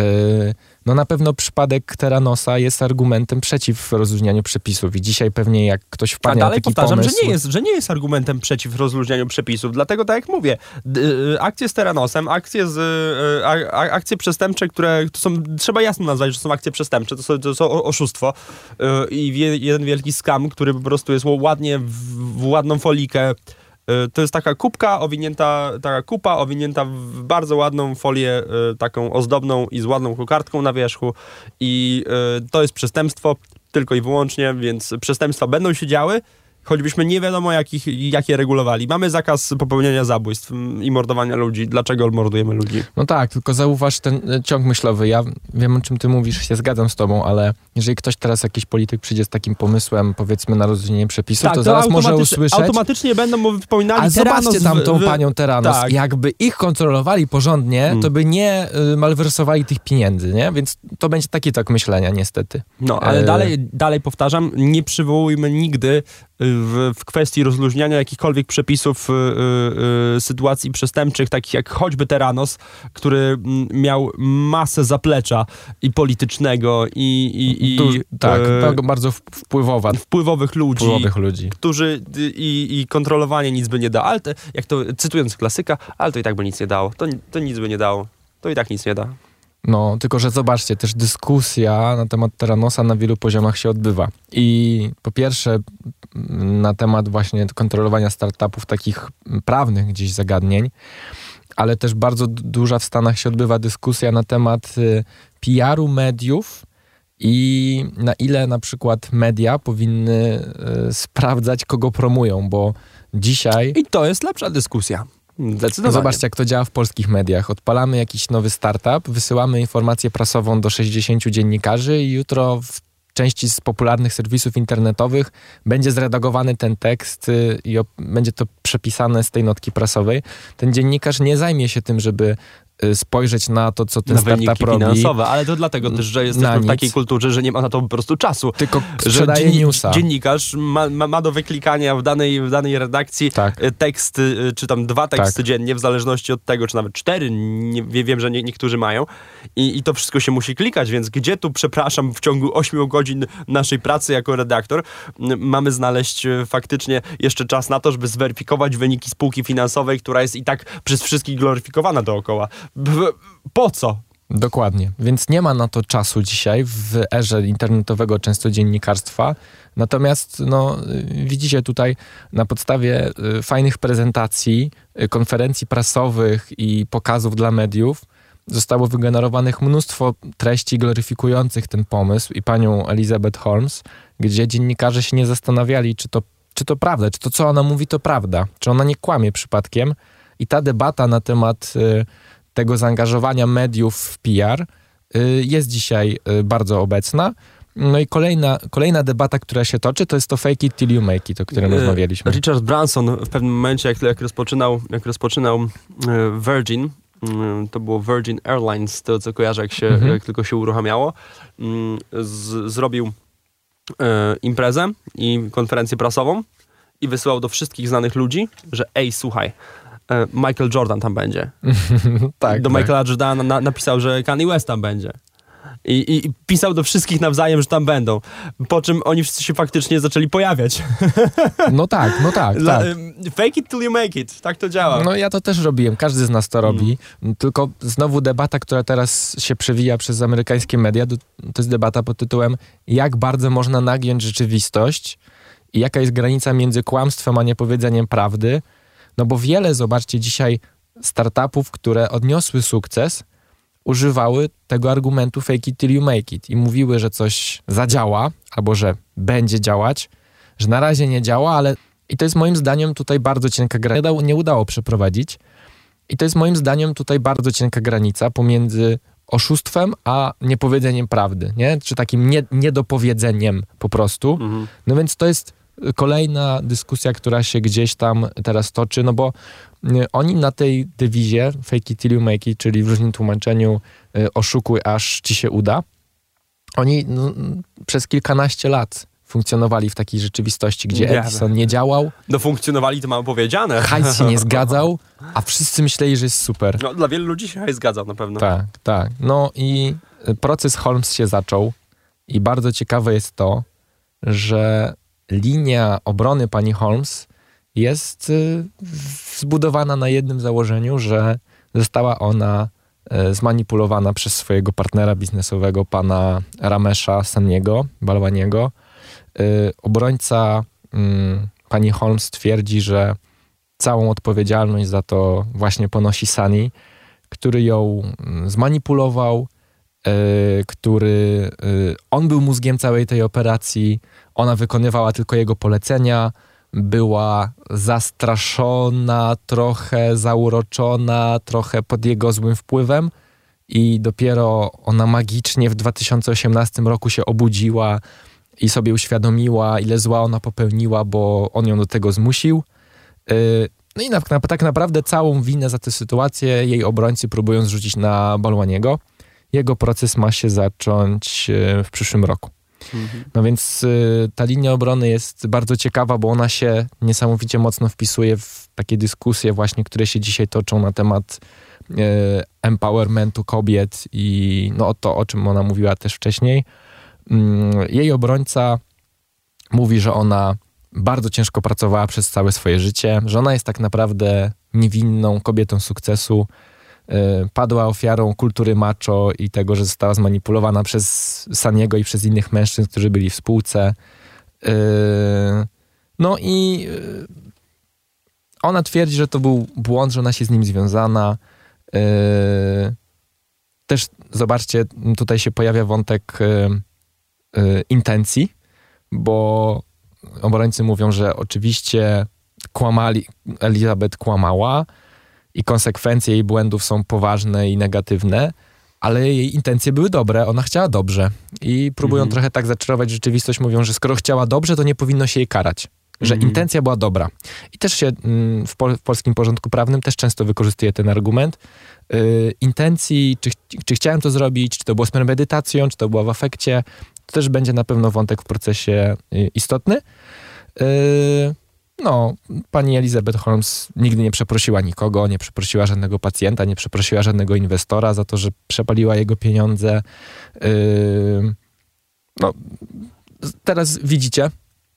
No na pewno przypadek Terranosa jest argumentem przeciw rozluźnianiu przepisów i dzisiaj pewnie jak ktoś wpadnie na taki pomysł... A dalej powtarzam, że nie, jest, że nie jest argumentem przeciw rozluźnianiu przepisów, dlatego tak jak mówię, akcje z Terranosem, akcje, z, akcje przestępcze, które to są, trzeba jasno nazwać, że są akcje przestępcze, to są, to są oszustwo i jeden wielki skam, który po prostu jest ładnie w, w ładną folikę. To jest taka kubka owinięta, taka kupa owinięta w bardzo ładną folię, y, taką ozdobną i z ładną kokardką na wierzchu i y, to jest przestępstwo tylko i wyłącznie, więc przestępstwa będą się działy, choćbyśmy nie wiadomo jakich, jakie regulowali. Mamy zakaz popełniania zabójstw i mordowania ludzi. Dlaczego mordujemy ludzi? No tak, tylko zauważ ten ciąg myślowy. Ja wiem, o czym ty mówisz, się zgadzam z tobą, ale jeżeli ktoś teraz, jakiś polityk przyjdzie z takim pomysłem, powiedzmy, na rozluźnienie przepisów, tak, to, to zaraz może usłyszeć... Automatycznie będą mu wspominali a Terranos... zobaczcie tam tą w... panią Terranos. Tak. Jakby ich kontrolowali porządnie, hmm. to by nie y, malwersowali tych pieniędzy, nie? Więc to będzie taki tak myślenia, niestety. No, ale e... dalej, dalej powtarzam, nie przywołujmy nigdy W, w kwestii rozluźniania jakichkolwiek przepisów y, y, y, sytuacji przestępczych, takich jak choćby Terranos, który miał masę zaplecza i politycznego i... i, i Duż, tak, y, bardzo wpływowa. Wpływowych ludzi, wpływowych ludzi. Którzy i, i kontrolowanie nic by nie dało. Ale to, jak to, cytując klasyka, ale to i tak by nic nie dało. To, to nic by nie dało. To i tak nic nie da. No, tylko że zobaczcie, też dyskusja na temat Terranosa na wielu poziomach się odbywa. I po pierwsze na temat właśnie kontrolowania startupów, takich prawnych gdzieś zagadnień, ale też bardzo duża w Stanach się odbywa dyskusja na temat P R u mediów i na ile na przykład media powinny y, sprawdzać, kogo promują, bo dzisiaj... I to jest lepsza dyskusja. No zobaczcie, jak to działa w polskich mediach. Odpalamy jakiś nowy startup, wysyłamy informację prasową do sześćdziesięciu dziennikarzy i jutro w części z popularnych serwisów internetowych będzie zredagowany ten tekst i op- będzie to przepisane z tej notki prasowej. Ten dziennikarz nie zajmie się tym, żeby spojrzeć na to, co ten na startup wyniki robi. finansowe, ale to dlatego też, że jesteśmy w takiej kulturze, że nie ma na to po prostu czasu. Tylko że sprzedaje dzien- newsa. Dziennikarz ma, ma, ma do wyklikania w danej, w danej redakcji Tak. tekst, czy tam dwa teksty Tak. dziennie, w zależności od tego, czy nawet cztery, nie, wiem, że nie, niektórzy mają. I, I to wszystko się musi klikać, więc gdzie tu, przepraszam, w ciągu ośmiu godzin naszej pracy jako redaktor mamy znaleźć faktycznie jeszcze czas na to, żeby zweryfikować wyniki spółki finansowej, która jest i tak przez wszystkich gloryfikowana dookoła. Po co? Dokładnie. Więc nie ma na to czasu dzisiaj w erze internetowego często dziennikarstwa. Natomiast no, widzicie tutaj na podstawie y, fajnych prezentacji, y, konferencji prasowych i pokazów dla mediów zostało wygenerowanych mnóstwo treści gloryfikujących ten pomysł i panią Elizabeth Holmes, gdzie dziennikarze się nie zastanawiali, czy to, czy to prawda, czy to, co ona mówi, to prawda, czy ona nie kłamie przypadkiem. I ta debata na temat y, tego zaangażowania mediów w P R y, jest dzisiaj y, bardzo obecna. No i kolejna, kolejna debata, która się toczy, to jest to fake it till you make it, o którym rozmawialiśmy. Richard Branson w pewnym momencie, jak, jak rozpoczynał, jak rozpoczynał Virgin, to było Virgin Airlines, to co kojarzę, jak, się, mhm. jak tylko się uruchamiało, z, zrobił e, imprezę i konferencję prasową i wysyłał do wszystkich znanych ludzi, że ej, słuchaj, e, Michael Jordan tam będzie. tak, do tak. Michaela Jordana na, napisał, że Kanye West tam będzie. I, I, I pisał do wszystkich nawzajem, że tam będą. Po czym oni wszyscy się faktycznie zaczęli pojawiać. No tak, no tak, tak. Fake it till you make it. Tak to działa. No ja to też robiłem. Każdy z nas to robi. Mm. Tylko znowu debata, która teraz się przewija przez amerykańskie media, to jest debata pod tytułem jak bardzo można nagiąć rzeczywistość i jaka jest granica między kłamstwem a niepowiedzeniem prawdy. No bo wiele, zobaczcie, dzisiaj startupów, które odniosły sukces, używały tego argumentu fake it till you make it i mówiły, że coś zadziała, albo że będzie działać, że na razie nie działa, ale i to jest moim zdaniem tutaj bardzo cienka granica, nie udało przeprowadzić i to jest moim zdaniem tutaj bardzo cienka granica pomiędzy oszustwem a niepowiedzeniem prawdy, nie? Czy takim nie, niedopowiedzeniem po prostu. Mhm. No więc to jest kolejna dyskusja, która się gdzieś tam teraz toczy, no bo oni na tej dewizie fake it till you make it, czyli w różnym tłumaczeniu oszukuj, aż ci się uda, oni no, przez kilkanaście lat funkcjonowali w takiej rzeczywistości, gdzie nie, Edison nie działał. No funkcjonowali, to mam powiedziane. Hajs się nie zgadzał, a wszyscy myśleli, że jest super. No dla wielu ludzi się hajs zgadzał na pewno. Tak, tak. No i proces Holmes się zaczął i bardzo ciekawe jest to, że linia obrony pani Holmes jest y, zbudowana na jednym założeniu, że została ona y, zmanipulowana przez swojego partnera biznesowego, pana Ramesha Sunny'ego, Balwaniego. Y, obrońca y, pani Holmes twierdzi, że całą odpowiedzialność za to właśnie ponosi Sunny, który ją y, zmanipulował, y, który... Y, on był mózgiem całej tej operacji, ona wykonywała tylko jego polecenia, była zastraszona, trochę zauroczona, trochę pod jego złym wpływem i dopiero ona magicznie w dwa tysiące osiemnastym roku się obudziła i sobie uświadomiła, ile zła ona popełniła, bo on ją do tego zmusił. No i na, na, tak naprawdę całą winę za tę sytuację jej obrońcy próbują zrzucić na Balwaniego. Jego proces ma się zacząć w przyszłym roku. Mhm. No więc y, ta linia obrony jest bardzo ciekawa, bo ona się niesamowicie mocno wpisuje w takie dyskusje właśnie, które się dzisiaj toczą na temat y, empowermentu kobiet i no to, o czym ona mówiła też wcześniej. Y, jej obrońca mówi, że ona bardzo ciężko pracowała przez całe swoje życie, że ona jest tak naprawdę niewinną kobietą sukcesu, padła ofiarą kultury macho i tego, że została zmanipulowana przez Sunny'ego i przez innych mężczyzn, którzy byli w spółce. No i ona twierdzi, że to był błąd, że ona się z nim związana. Też zobaczcie, tutaj się pojawia wątek intencji, bo obrońcy mówią, że oczywiście kłamali, Elizabeth kłamała, i konsekwencje jej błędów są poważne i negatywne, ale jej intencje były dobre, ona chciała dobrze. I próbują mhm. trochę tak zaczarować rzeczywistość, mówią, że skoro chciała dobrze, to nie powinno się jej karać. że Mhm. intencja była dobra. I też się mm, w, pol- w polskim porządku prawnym też często wykorzystuje ten argument yy, intencji, czy, czy chciałem to zrobić, czy to było z premedytacją, czy to było w afekcie. To też będzie na pewno wątek w procesie yy, istotny. Yy, no, pani Elizabeth Holmes nigdy nie przeprosiła nikogo, nie przeprosiła żadnego pacjenta, nie przeprosiła żadnego inwestora za to, że przepaliła jego pieniądze. Yy, no, teraz widzicie,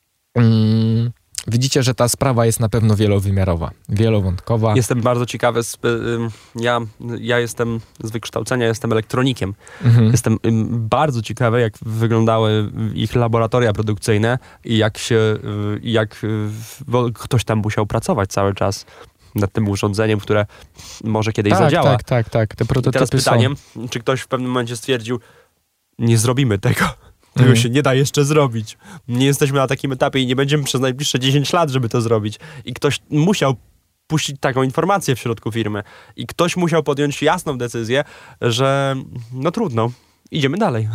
mm, widzicie, że ta sprawa jest na pewno wielowymiarowa, wielowątkowa. Jestem bardzo ciekawy. z- ym, Ja, ja jestem z wykształcenia, jestem elektronikiem. Mhm. Jestem ym, bardzo ciekawy, jak wyglądały ich laboratoria produkcyjne i jak się, y, jak y, bo ktoś tam musiał pracować cały czas nad tym urządzeniem, które może kiedyś tak, zadziała. tak, tak, tak. Te I prototypy teraz pytanie, są. czy ktoś w pewnym momencie stwierdził, nie zrobimy tego. Tego Mhm. się nie da jeszcze zrobić. Nie jesteśmy na takim etapie i nie będziemy przez najbliższe dziesięć lat, żeby to zrobić. I ktoś musiał puścić taką informację w środku firmy. I ktoś musiał podjąć jasną decyzję, że no trudno, idziemy dalej.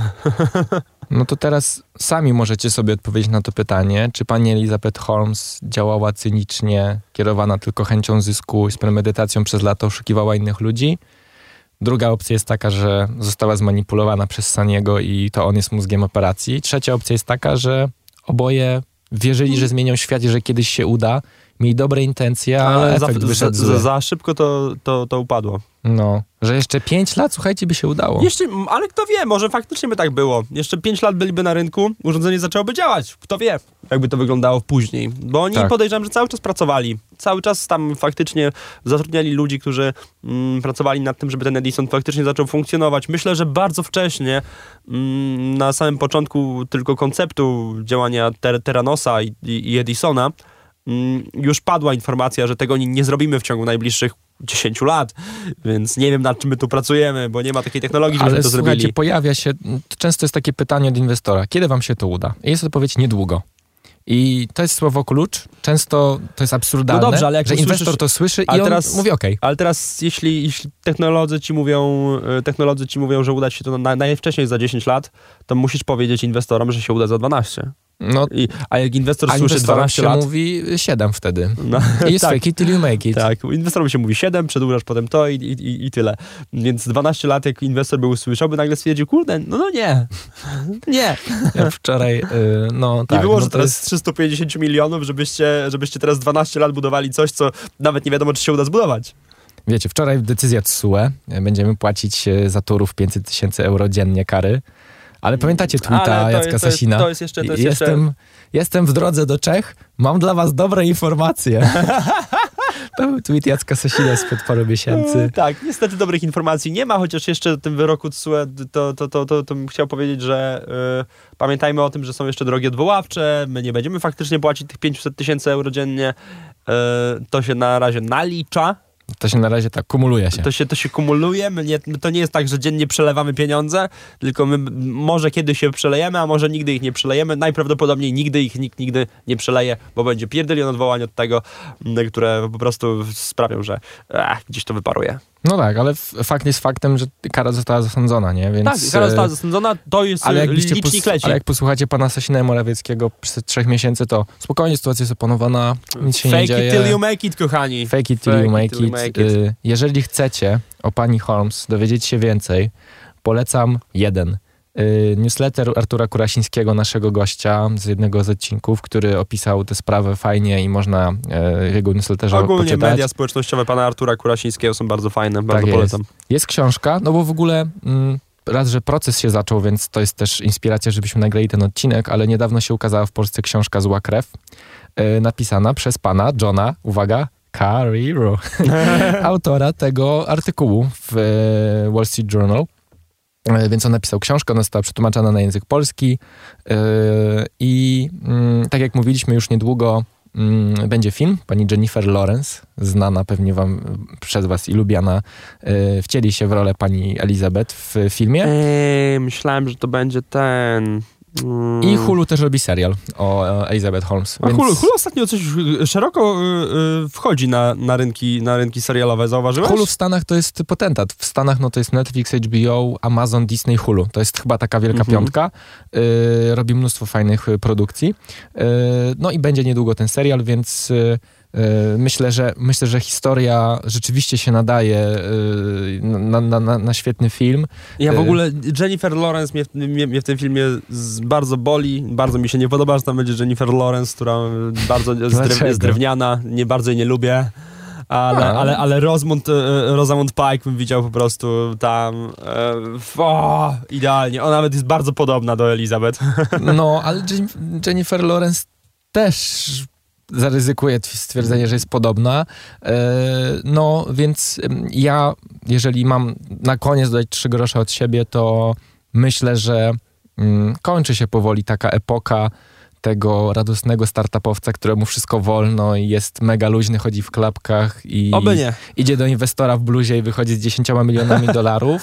No to teraz sami możecie sobie odpowiedzieć na to pytanie, czy pani Elizabeth Holmes działała cynicznie, kierowana tylko chęcią zysku i z premedytacją przez lata oszukiwała innych ludzi? Druga opcja jest taka, że została zmanipulowana przez Saniego i to on jest mózgiem operacji. Trzecia opcja jest taka, że oboje wierzyli, że zmienią świat i że kiedyś się uda. Mieli dobre intencje, ale za, efekt za, wyszedł za, zły. za szybko to, to, to upadło. No, że jeszcze pięć lat, słuchajcie, by się udało. Jeszcze, ale kto wie, może faktycznie by tak było. Jeszcze pięć lat byliby na rynku, urządzenie zaczęłoby działać. Kto wie, jakby to wyglądało później. Bo oni Tak. podejrzewam, że cały czas pracowali. Cały czas tam faktycznie zatrudniali ludzi, którzy mm, pracowali nad tym, żeby ten Edison faktycznie zaczął funkcjonować. Myślę, że bardzo wcześnie, mm, na samym początku tylko konceptu działania ter- Terranosa i, i, i Edisona, mm, już padła informacja, że tego nie, nie zrobimy w ciągu najbliższych dziesięciu lat, więc nie wiem, nad czym my tu pracujemy, bo nie ma takiej technologii, żebyśmy Ale to słuchajcie, zrobili. pojawia się, często jest takie pytanie od inwestora, kiedy wam się to uda? I jest odpowiedź niedługo. I to jest słowo klucz. Często to jest absurdalne, No dobrze, ale jak że to inwestor słyszysz- to słyszy ale i on teraz- mówi okej. Ale teraz, jeśli, jeśli technolodzy ci mówią, e, technolodzy ci mówią, że uda ci się to na, najwcześniej za dziesięć lat, to musisz powiedzieć inwestorom, że się uda za dwanaście. No, I, a jak inwestor a słyszy inwestorom dwanaście się lat... mówi siedem wtedy. No, I jest tak, fake it till you make it. tak, inwestorom się mówi siedem, przedłużasz potem to i, i, i tyle. Więc dwanaście lat, jak inwestor by usłyszał, by nagle stwierdził, kurde, no, no nie, nie. Ja wczoraj, y, no tak. nie było, no że to teraz jest, trzysta pięćdziesiąt milionów, żebyście, żebyście teraz dwanaście lat budowali coś, co nawet nie wiadomo, czy się uda zbudować. wiecie, wczoraj decyzja T S U E, będziemy płacić e, za turów pięćset tysięcy euro dziennie kary. Ale pamiętacie tweeta Ale to Jacka jest- to jest- Sasina? to jest jeszcze- to jest jestem, jeszcze- jestem w drodze do Czech, mam dla was dobre informacje. To był tweet Jacka Sasina sprzed paru miesięcy. E, Tak, niestety dobrych informacji nie ma, chociaż jeszcze w tym wyroku T S U E to, to, to, to, to bym chciał powiedzieć, że y, pamiętajmy o tym, że są jeszcze drogi odwoławcze, my nie będziemy faktycznie płacić tych pięćset tysięcy euro dziennie, y, to się na razie nalicza, To się na razie tak kumuluje się. to się, to się kumuluje, my nie, to nie jest tak, że dziennie przelewamy pieniądze, tylko my m- może kiedyś się przelejemy, a może nigdy ich nie przelejemy, najprawdopodobniej nigdy ich nikt nigdy nie przeleje, bo będzie pierdylion odwołań od tego, m, które po prostu sprawią, że ach, gdzieś to wyparuje. No tak, ale f- fakt jest faktem, że kara została zasądzona, nie? Więc, Tak, kara e, została zasądzona, to jest ale, ale jakbyście licznik pos- leci. ale jak posłuchacie pana Sasina i Morawieckiego przez trzech miesięcy, to spokojnie, sytuacja jest opanowana, nic się Fake nie it dzieje. till you make it, kochani. Fake it till Fake you it make till you it. make it. Y, Jeżeli chcecie o pani Holmes dowiedzieć się więcej, polecam jeden. Y, Newsletter Artura Kurasińskiego, naszego gościa z jednego z odcinków, który opisał tę sprawę fajnie i można e, w jego newsletterze Ogólnie poczytać. media społecznościowe pana Artura Kurasińskiego są bardzo fajne, bardzo Tak polecam. jest. Jest książka, no bo w ogóle mm, raz, że proces się zaczął, więc to jest też inspiracja, żebyśmy nagrali ten odcinek, ale niedawno się ukazała w Polsce książka Zła krew, e, napisana przez pana Johna, uwaga, Carreiro, autora tego artykułu w e, Wall Street Journal. E, Więc on napisał książkę, ona została przetłumaczona na język polski e, i mm, tak jak mówiliśmy, już niedługo mm, będzie film. Pani Jennifer Lawrence, znana pewnie wam przez was i lubiana, e, wcieli się w rolę pani Elizabeth w filmie. Eee, myślałem, że to będzie ten... I Hulu też robi serial o Elizabeth Holmes. A więc... Hulu, Hulu ostatnio coś szeroko y, y, wchodzi na, na, rynki, na rynki serialowe, zauważyłeś? Hulu w Stanach to jest potentat. W Stanach no to jest Netflix, H B O, Amazon, Disney, Hulu. To jest chyba taka wielka mhm. piątka. Y, robi mnóstwo fajnych y, produkcji. Y, no i będzie niedługo ten serial, więc... Y, Myślę, że myślę, że historia rzeczywiście się nadaje na, na, na, na świetny film. Ja w ogóle, Jennifer Lawrence mnie, mnie, mnie w tym filmie z, bardzo boli, bardzo mi się nie podoba, że tam będzie Jennifer Lawrence, która bardzo jest, jest drewniana, nie bardzo jej nie lubię. Ale, ale, ale Rosamund, Rosamund Pike bym widział po prostu tam o, idealnie. Ona nawet jest bardzo podobna do Elizabeth. No, ale Jennifer Lawrence też zaryzykuję stwierdzenie, że jest podobna. No, więc ja, jeżeli mam na koniec dodać trzy grosze od siebie, to myślę, że kończy się powoli taka epoka tego radosnego startupowca, któremu wszystko wolno i jest mega luźny, chodzi w klapkach i Oby nie. idzie do inwestora w bluzie i wychodzi z dziesięcioma milionami dolarów.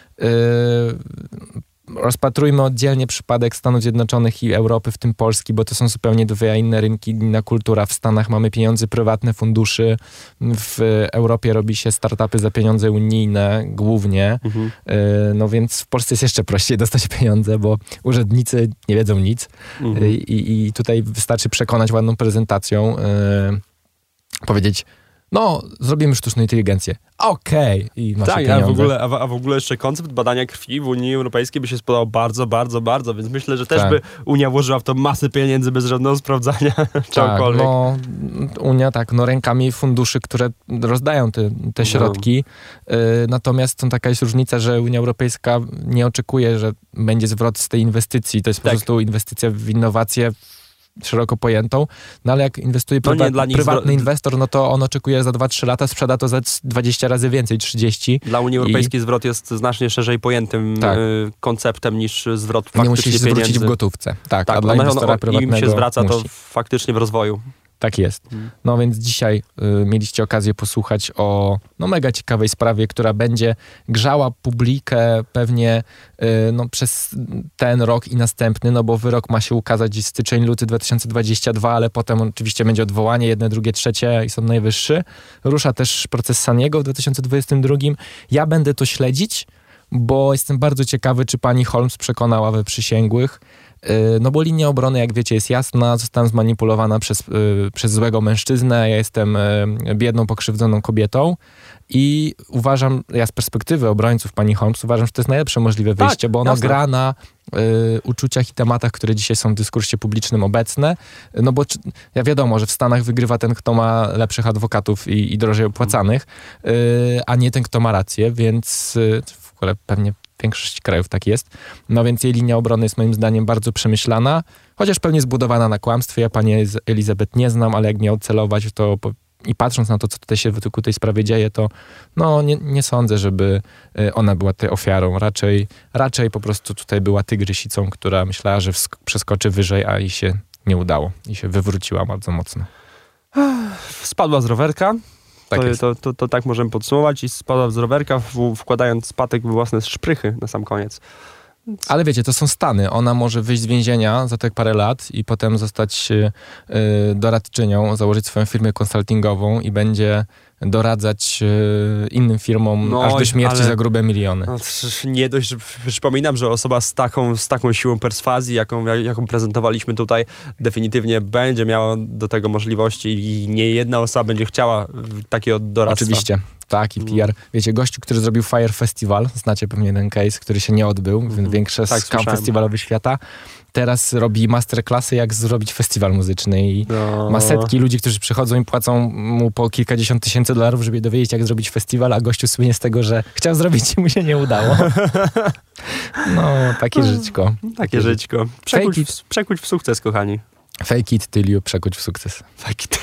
Rozpatrujmy oddzielnie przypadek Stanów Zjednoczonych i Europy, w tym Polski, bo to są zupełnie dwie inne rynki, inna kultura. W Stanach mamy pieniądze prywatne, funduszy. W Europie robi się startupy za pieniądze unijne głównie. Mhm. No więc w Polsce jest jeszcze prościej dostać pieniądze, bo urzędnicy nie wiedzą nic. Mhm. I, I tutaj wystarczy przekonać ładną prezentacją, yy, powiedzieć: no, zrobimy sztuczną inteligencję. Okej. Okay. I masz tak, pieniądze. A w, ogóle, a, w, a w ogóle jeszcze koncept badania krwi w Unii Europejskiej by się spodobał bardzo, bardzo, bardzo, więc myślę, że też tak. by Unia włożyła w to masę pieniędzy bez żadnego sprawdzania czegokolwiek. Tak, no, Unia tak, no rękami funduszy, które rozdają te, te środki. No. Y, natomiast to taka jest różnica, że Unia Europejska nie oczekuje, że będzie zwrot z tej inwestycji. To jest tak. po prostu inwestycja w innowacje szeroko pojętą, no ale jak inwestuje no prywa- nie, dla nich prywatny zwro- inwestor, no to on oczekuje za dwa trzy lata, sprzeda to za dwadzieścia razy więcej, trzydzieści. Dla Unii Europejskiej i... zwrot jest znacznie szerzej pojętym tak. y, konceptem niż zwrot faktycznie nie musi się pieniędzy. zwrócić w gotówce. Tak, tak a dla on, inwestora on, prywatnego im się zwraca musi. to faktycznie w rozwoju. Tak jest. No więc dzisiaj y, mieliście okazję posłuchać o no, mega ciekawej sprawie, która będzie grzała publikę pewnie y, no, przez ten rok i następny, no bo wyrok ma się ukazać styczeń, luty dwa tysiące dwudziesty drugi, ale potem oczywiście będzie odwołanie, jedne, drugie, trzecie i Sąd Najwyższy. Rusza też proces Saniego w dwa tysiące dwudziestym drugim. Ja będę to śledzić, bo jestem bardzo ciekawy, czy pani Holmes przekonała we przysięgłych. No bo linia obrony, jak wiecie, jest jasna. Zostałam zmanipulowana przez, yy, przez złego mężczyznę. Ja jestem yy, biedną, pokrzywdzoną kobietą i uważam, ja z perspektywy obrońców pani Holmes uważam, że to jest najlepsze możliwe wyjście, tak, bo ono jasne. gra na yy, uczuciach i tematach, które dzisiaj są w dyskursie publicznym obecne. No bo czy, ja wiadomo, że w Stanach wygrywa ten, kto ma lepszych adwokatów i, i drożej opłacanych, yy, a nie ten, kto ma rację, więc yy, w ogóle pewnie w większości krajów tak jest. No więc jej linia obrony jest moim zdaniem bardzo przemyślana, chociaż pewnie zbudowana na kłamstwie. Ja pani Elizabeth nie znam, ale jak miał celować, to po, i patrząc na to, co tutaj się wokół tej sprawie dzieje, to no nie, nie sądzę, żeby ona była tutaj ofiarą. Raczej, raczej po prostu tutaj była tygrysicą, która myślała, że wsk- przeskoczy wyżej, a jej się nie udało. I się wywróciła bardzo mocno. Spadła z rowerka. Tak to, to, to, to tak możemy podsumować i spadła z rowerka, w, wkładając patek w własne szprychy na sam koniec. Ale wiecie, to są Stany. Ona może wyjść z więzienia za tak parę lat i potem zostać y, doradczynią, założyć swoją firmę konsultingową i będzie doradzać y, innym firmom no, aż do śmierci ale, za grube miliony. No, nie dość, że przypominam, że osoba z taką, z taką siłą perswazji, jaką, jaką prezentowaliśmy tutaj, definitywnie będzie miała do tego możliwości i nie jedna osoba będzie chciała takiego doradztwa. Oczywiście. Tak, i P R. Wiecie, gościu, który zrobił Fire Festival, znacie pewnie ten case, który się nie odbył, mm-hmm. większy tak, skam festiwalowy świata. Teraz robi masterclassy, jak zrobić festiwal muzyczny i no. ma setki ludzi, którzy przychodzą i płacą mu po kilkadziesiąt tysięcy dolarów, żeby dowiedzieć, jak zrobić festiwal, a gościu słynie z tego, że chciał zrobić i mu się nie udało. No, takie żyćko. Takie żyćko. Przekuć w, przekuć w sukces, kochani. Fake it till you przekuć w sukces. Fake it.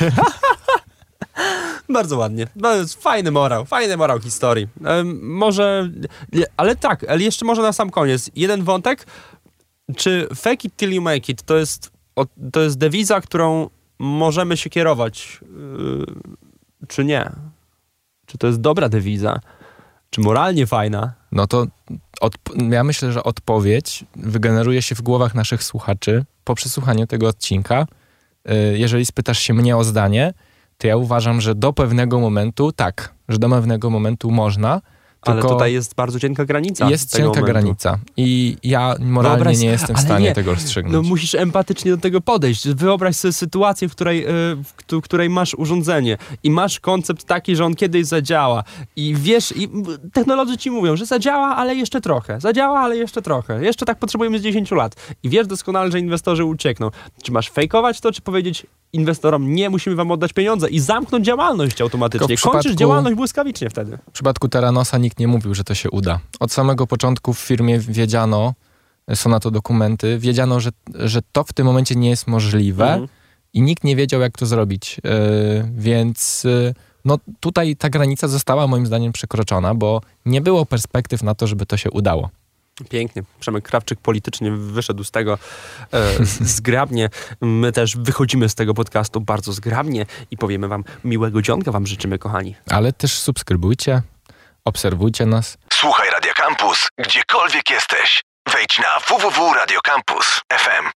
Bardzo ładnie. Fajny morał, fajny morał historii. Um, może, ale tak, ale jeszcze może na sam koniec. Jeden wątek. Czy fake it till you make it to jest, to jest dewiza, którą możemy się kierować, yy, czy nie? Czy to jest dobra dewiza? Czy moralnie fajna? No to Odp- ja myślę, że odpowiedź wygeneruje się w głowach naszych słuchaczy po przesłuchaniu tego odcinka. Jeżeli spytasz się mnie o zdanie, to ja uważam, że do pewnego momentu tak, że do pewnego momentu można. Ale tutaj jest bardzo cienka granica. Jest tego cienka momentu. granica i ja moralnie Wyobraź, nie jestem w ale stanie nie, tego rozstrzygnąć. No musisz empatycznie do tego podejść. Wyobraź sobie sytuację, w której, w której masz urządzenie i masz koncept taki, że on kiedyś zadziała i wiesz, i technolodzy ci mówią, że zadziała, ale jeszcze trochę. Zadziała, ale jeszcze trochę. Jeszcze tak potrzebujemy z dziesięć lat. I wiesz doskonale, że inwestorzy uciekną. Czy masz fejkować to, czy powiedzieć inwestorom, nie, musimy wam oddać pieniądze i zamknąć działalność automatycznie. Tylko w Kończysz przypadku- działalność błyskawicznie wtedy. W przypadku Terranosa nikt nie mówił, że to się uda. Od samego początku w firmie wiedziano, są na to dokumenty, wiedziano, że, że to w tym momencie nie jest możliwe Mhm. i nikt nie wiedział, jak to zrobić. Yy, więc yy, no tutaj ta granica została moim zdaniem przekroczona, bo nie było perspektyw na to, żeby to się udało. Pięknie. Przemek Krawczyk politycznie wyszedł z tego e, z- zgrabnie. My też wychodzimy z tego podcastu bardzo zgrabnie i powiemy wam miłego dzionka wam życzymy, kochani. Ale też subskrybujcie, obserwujcie nas. Słuchaj Radio Campus, gdziekolwiek jesteś. Wejdź na w w w kropka radio campus kropka f m.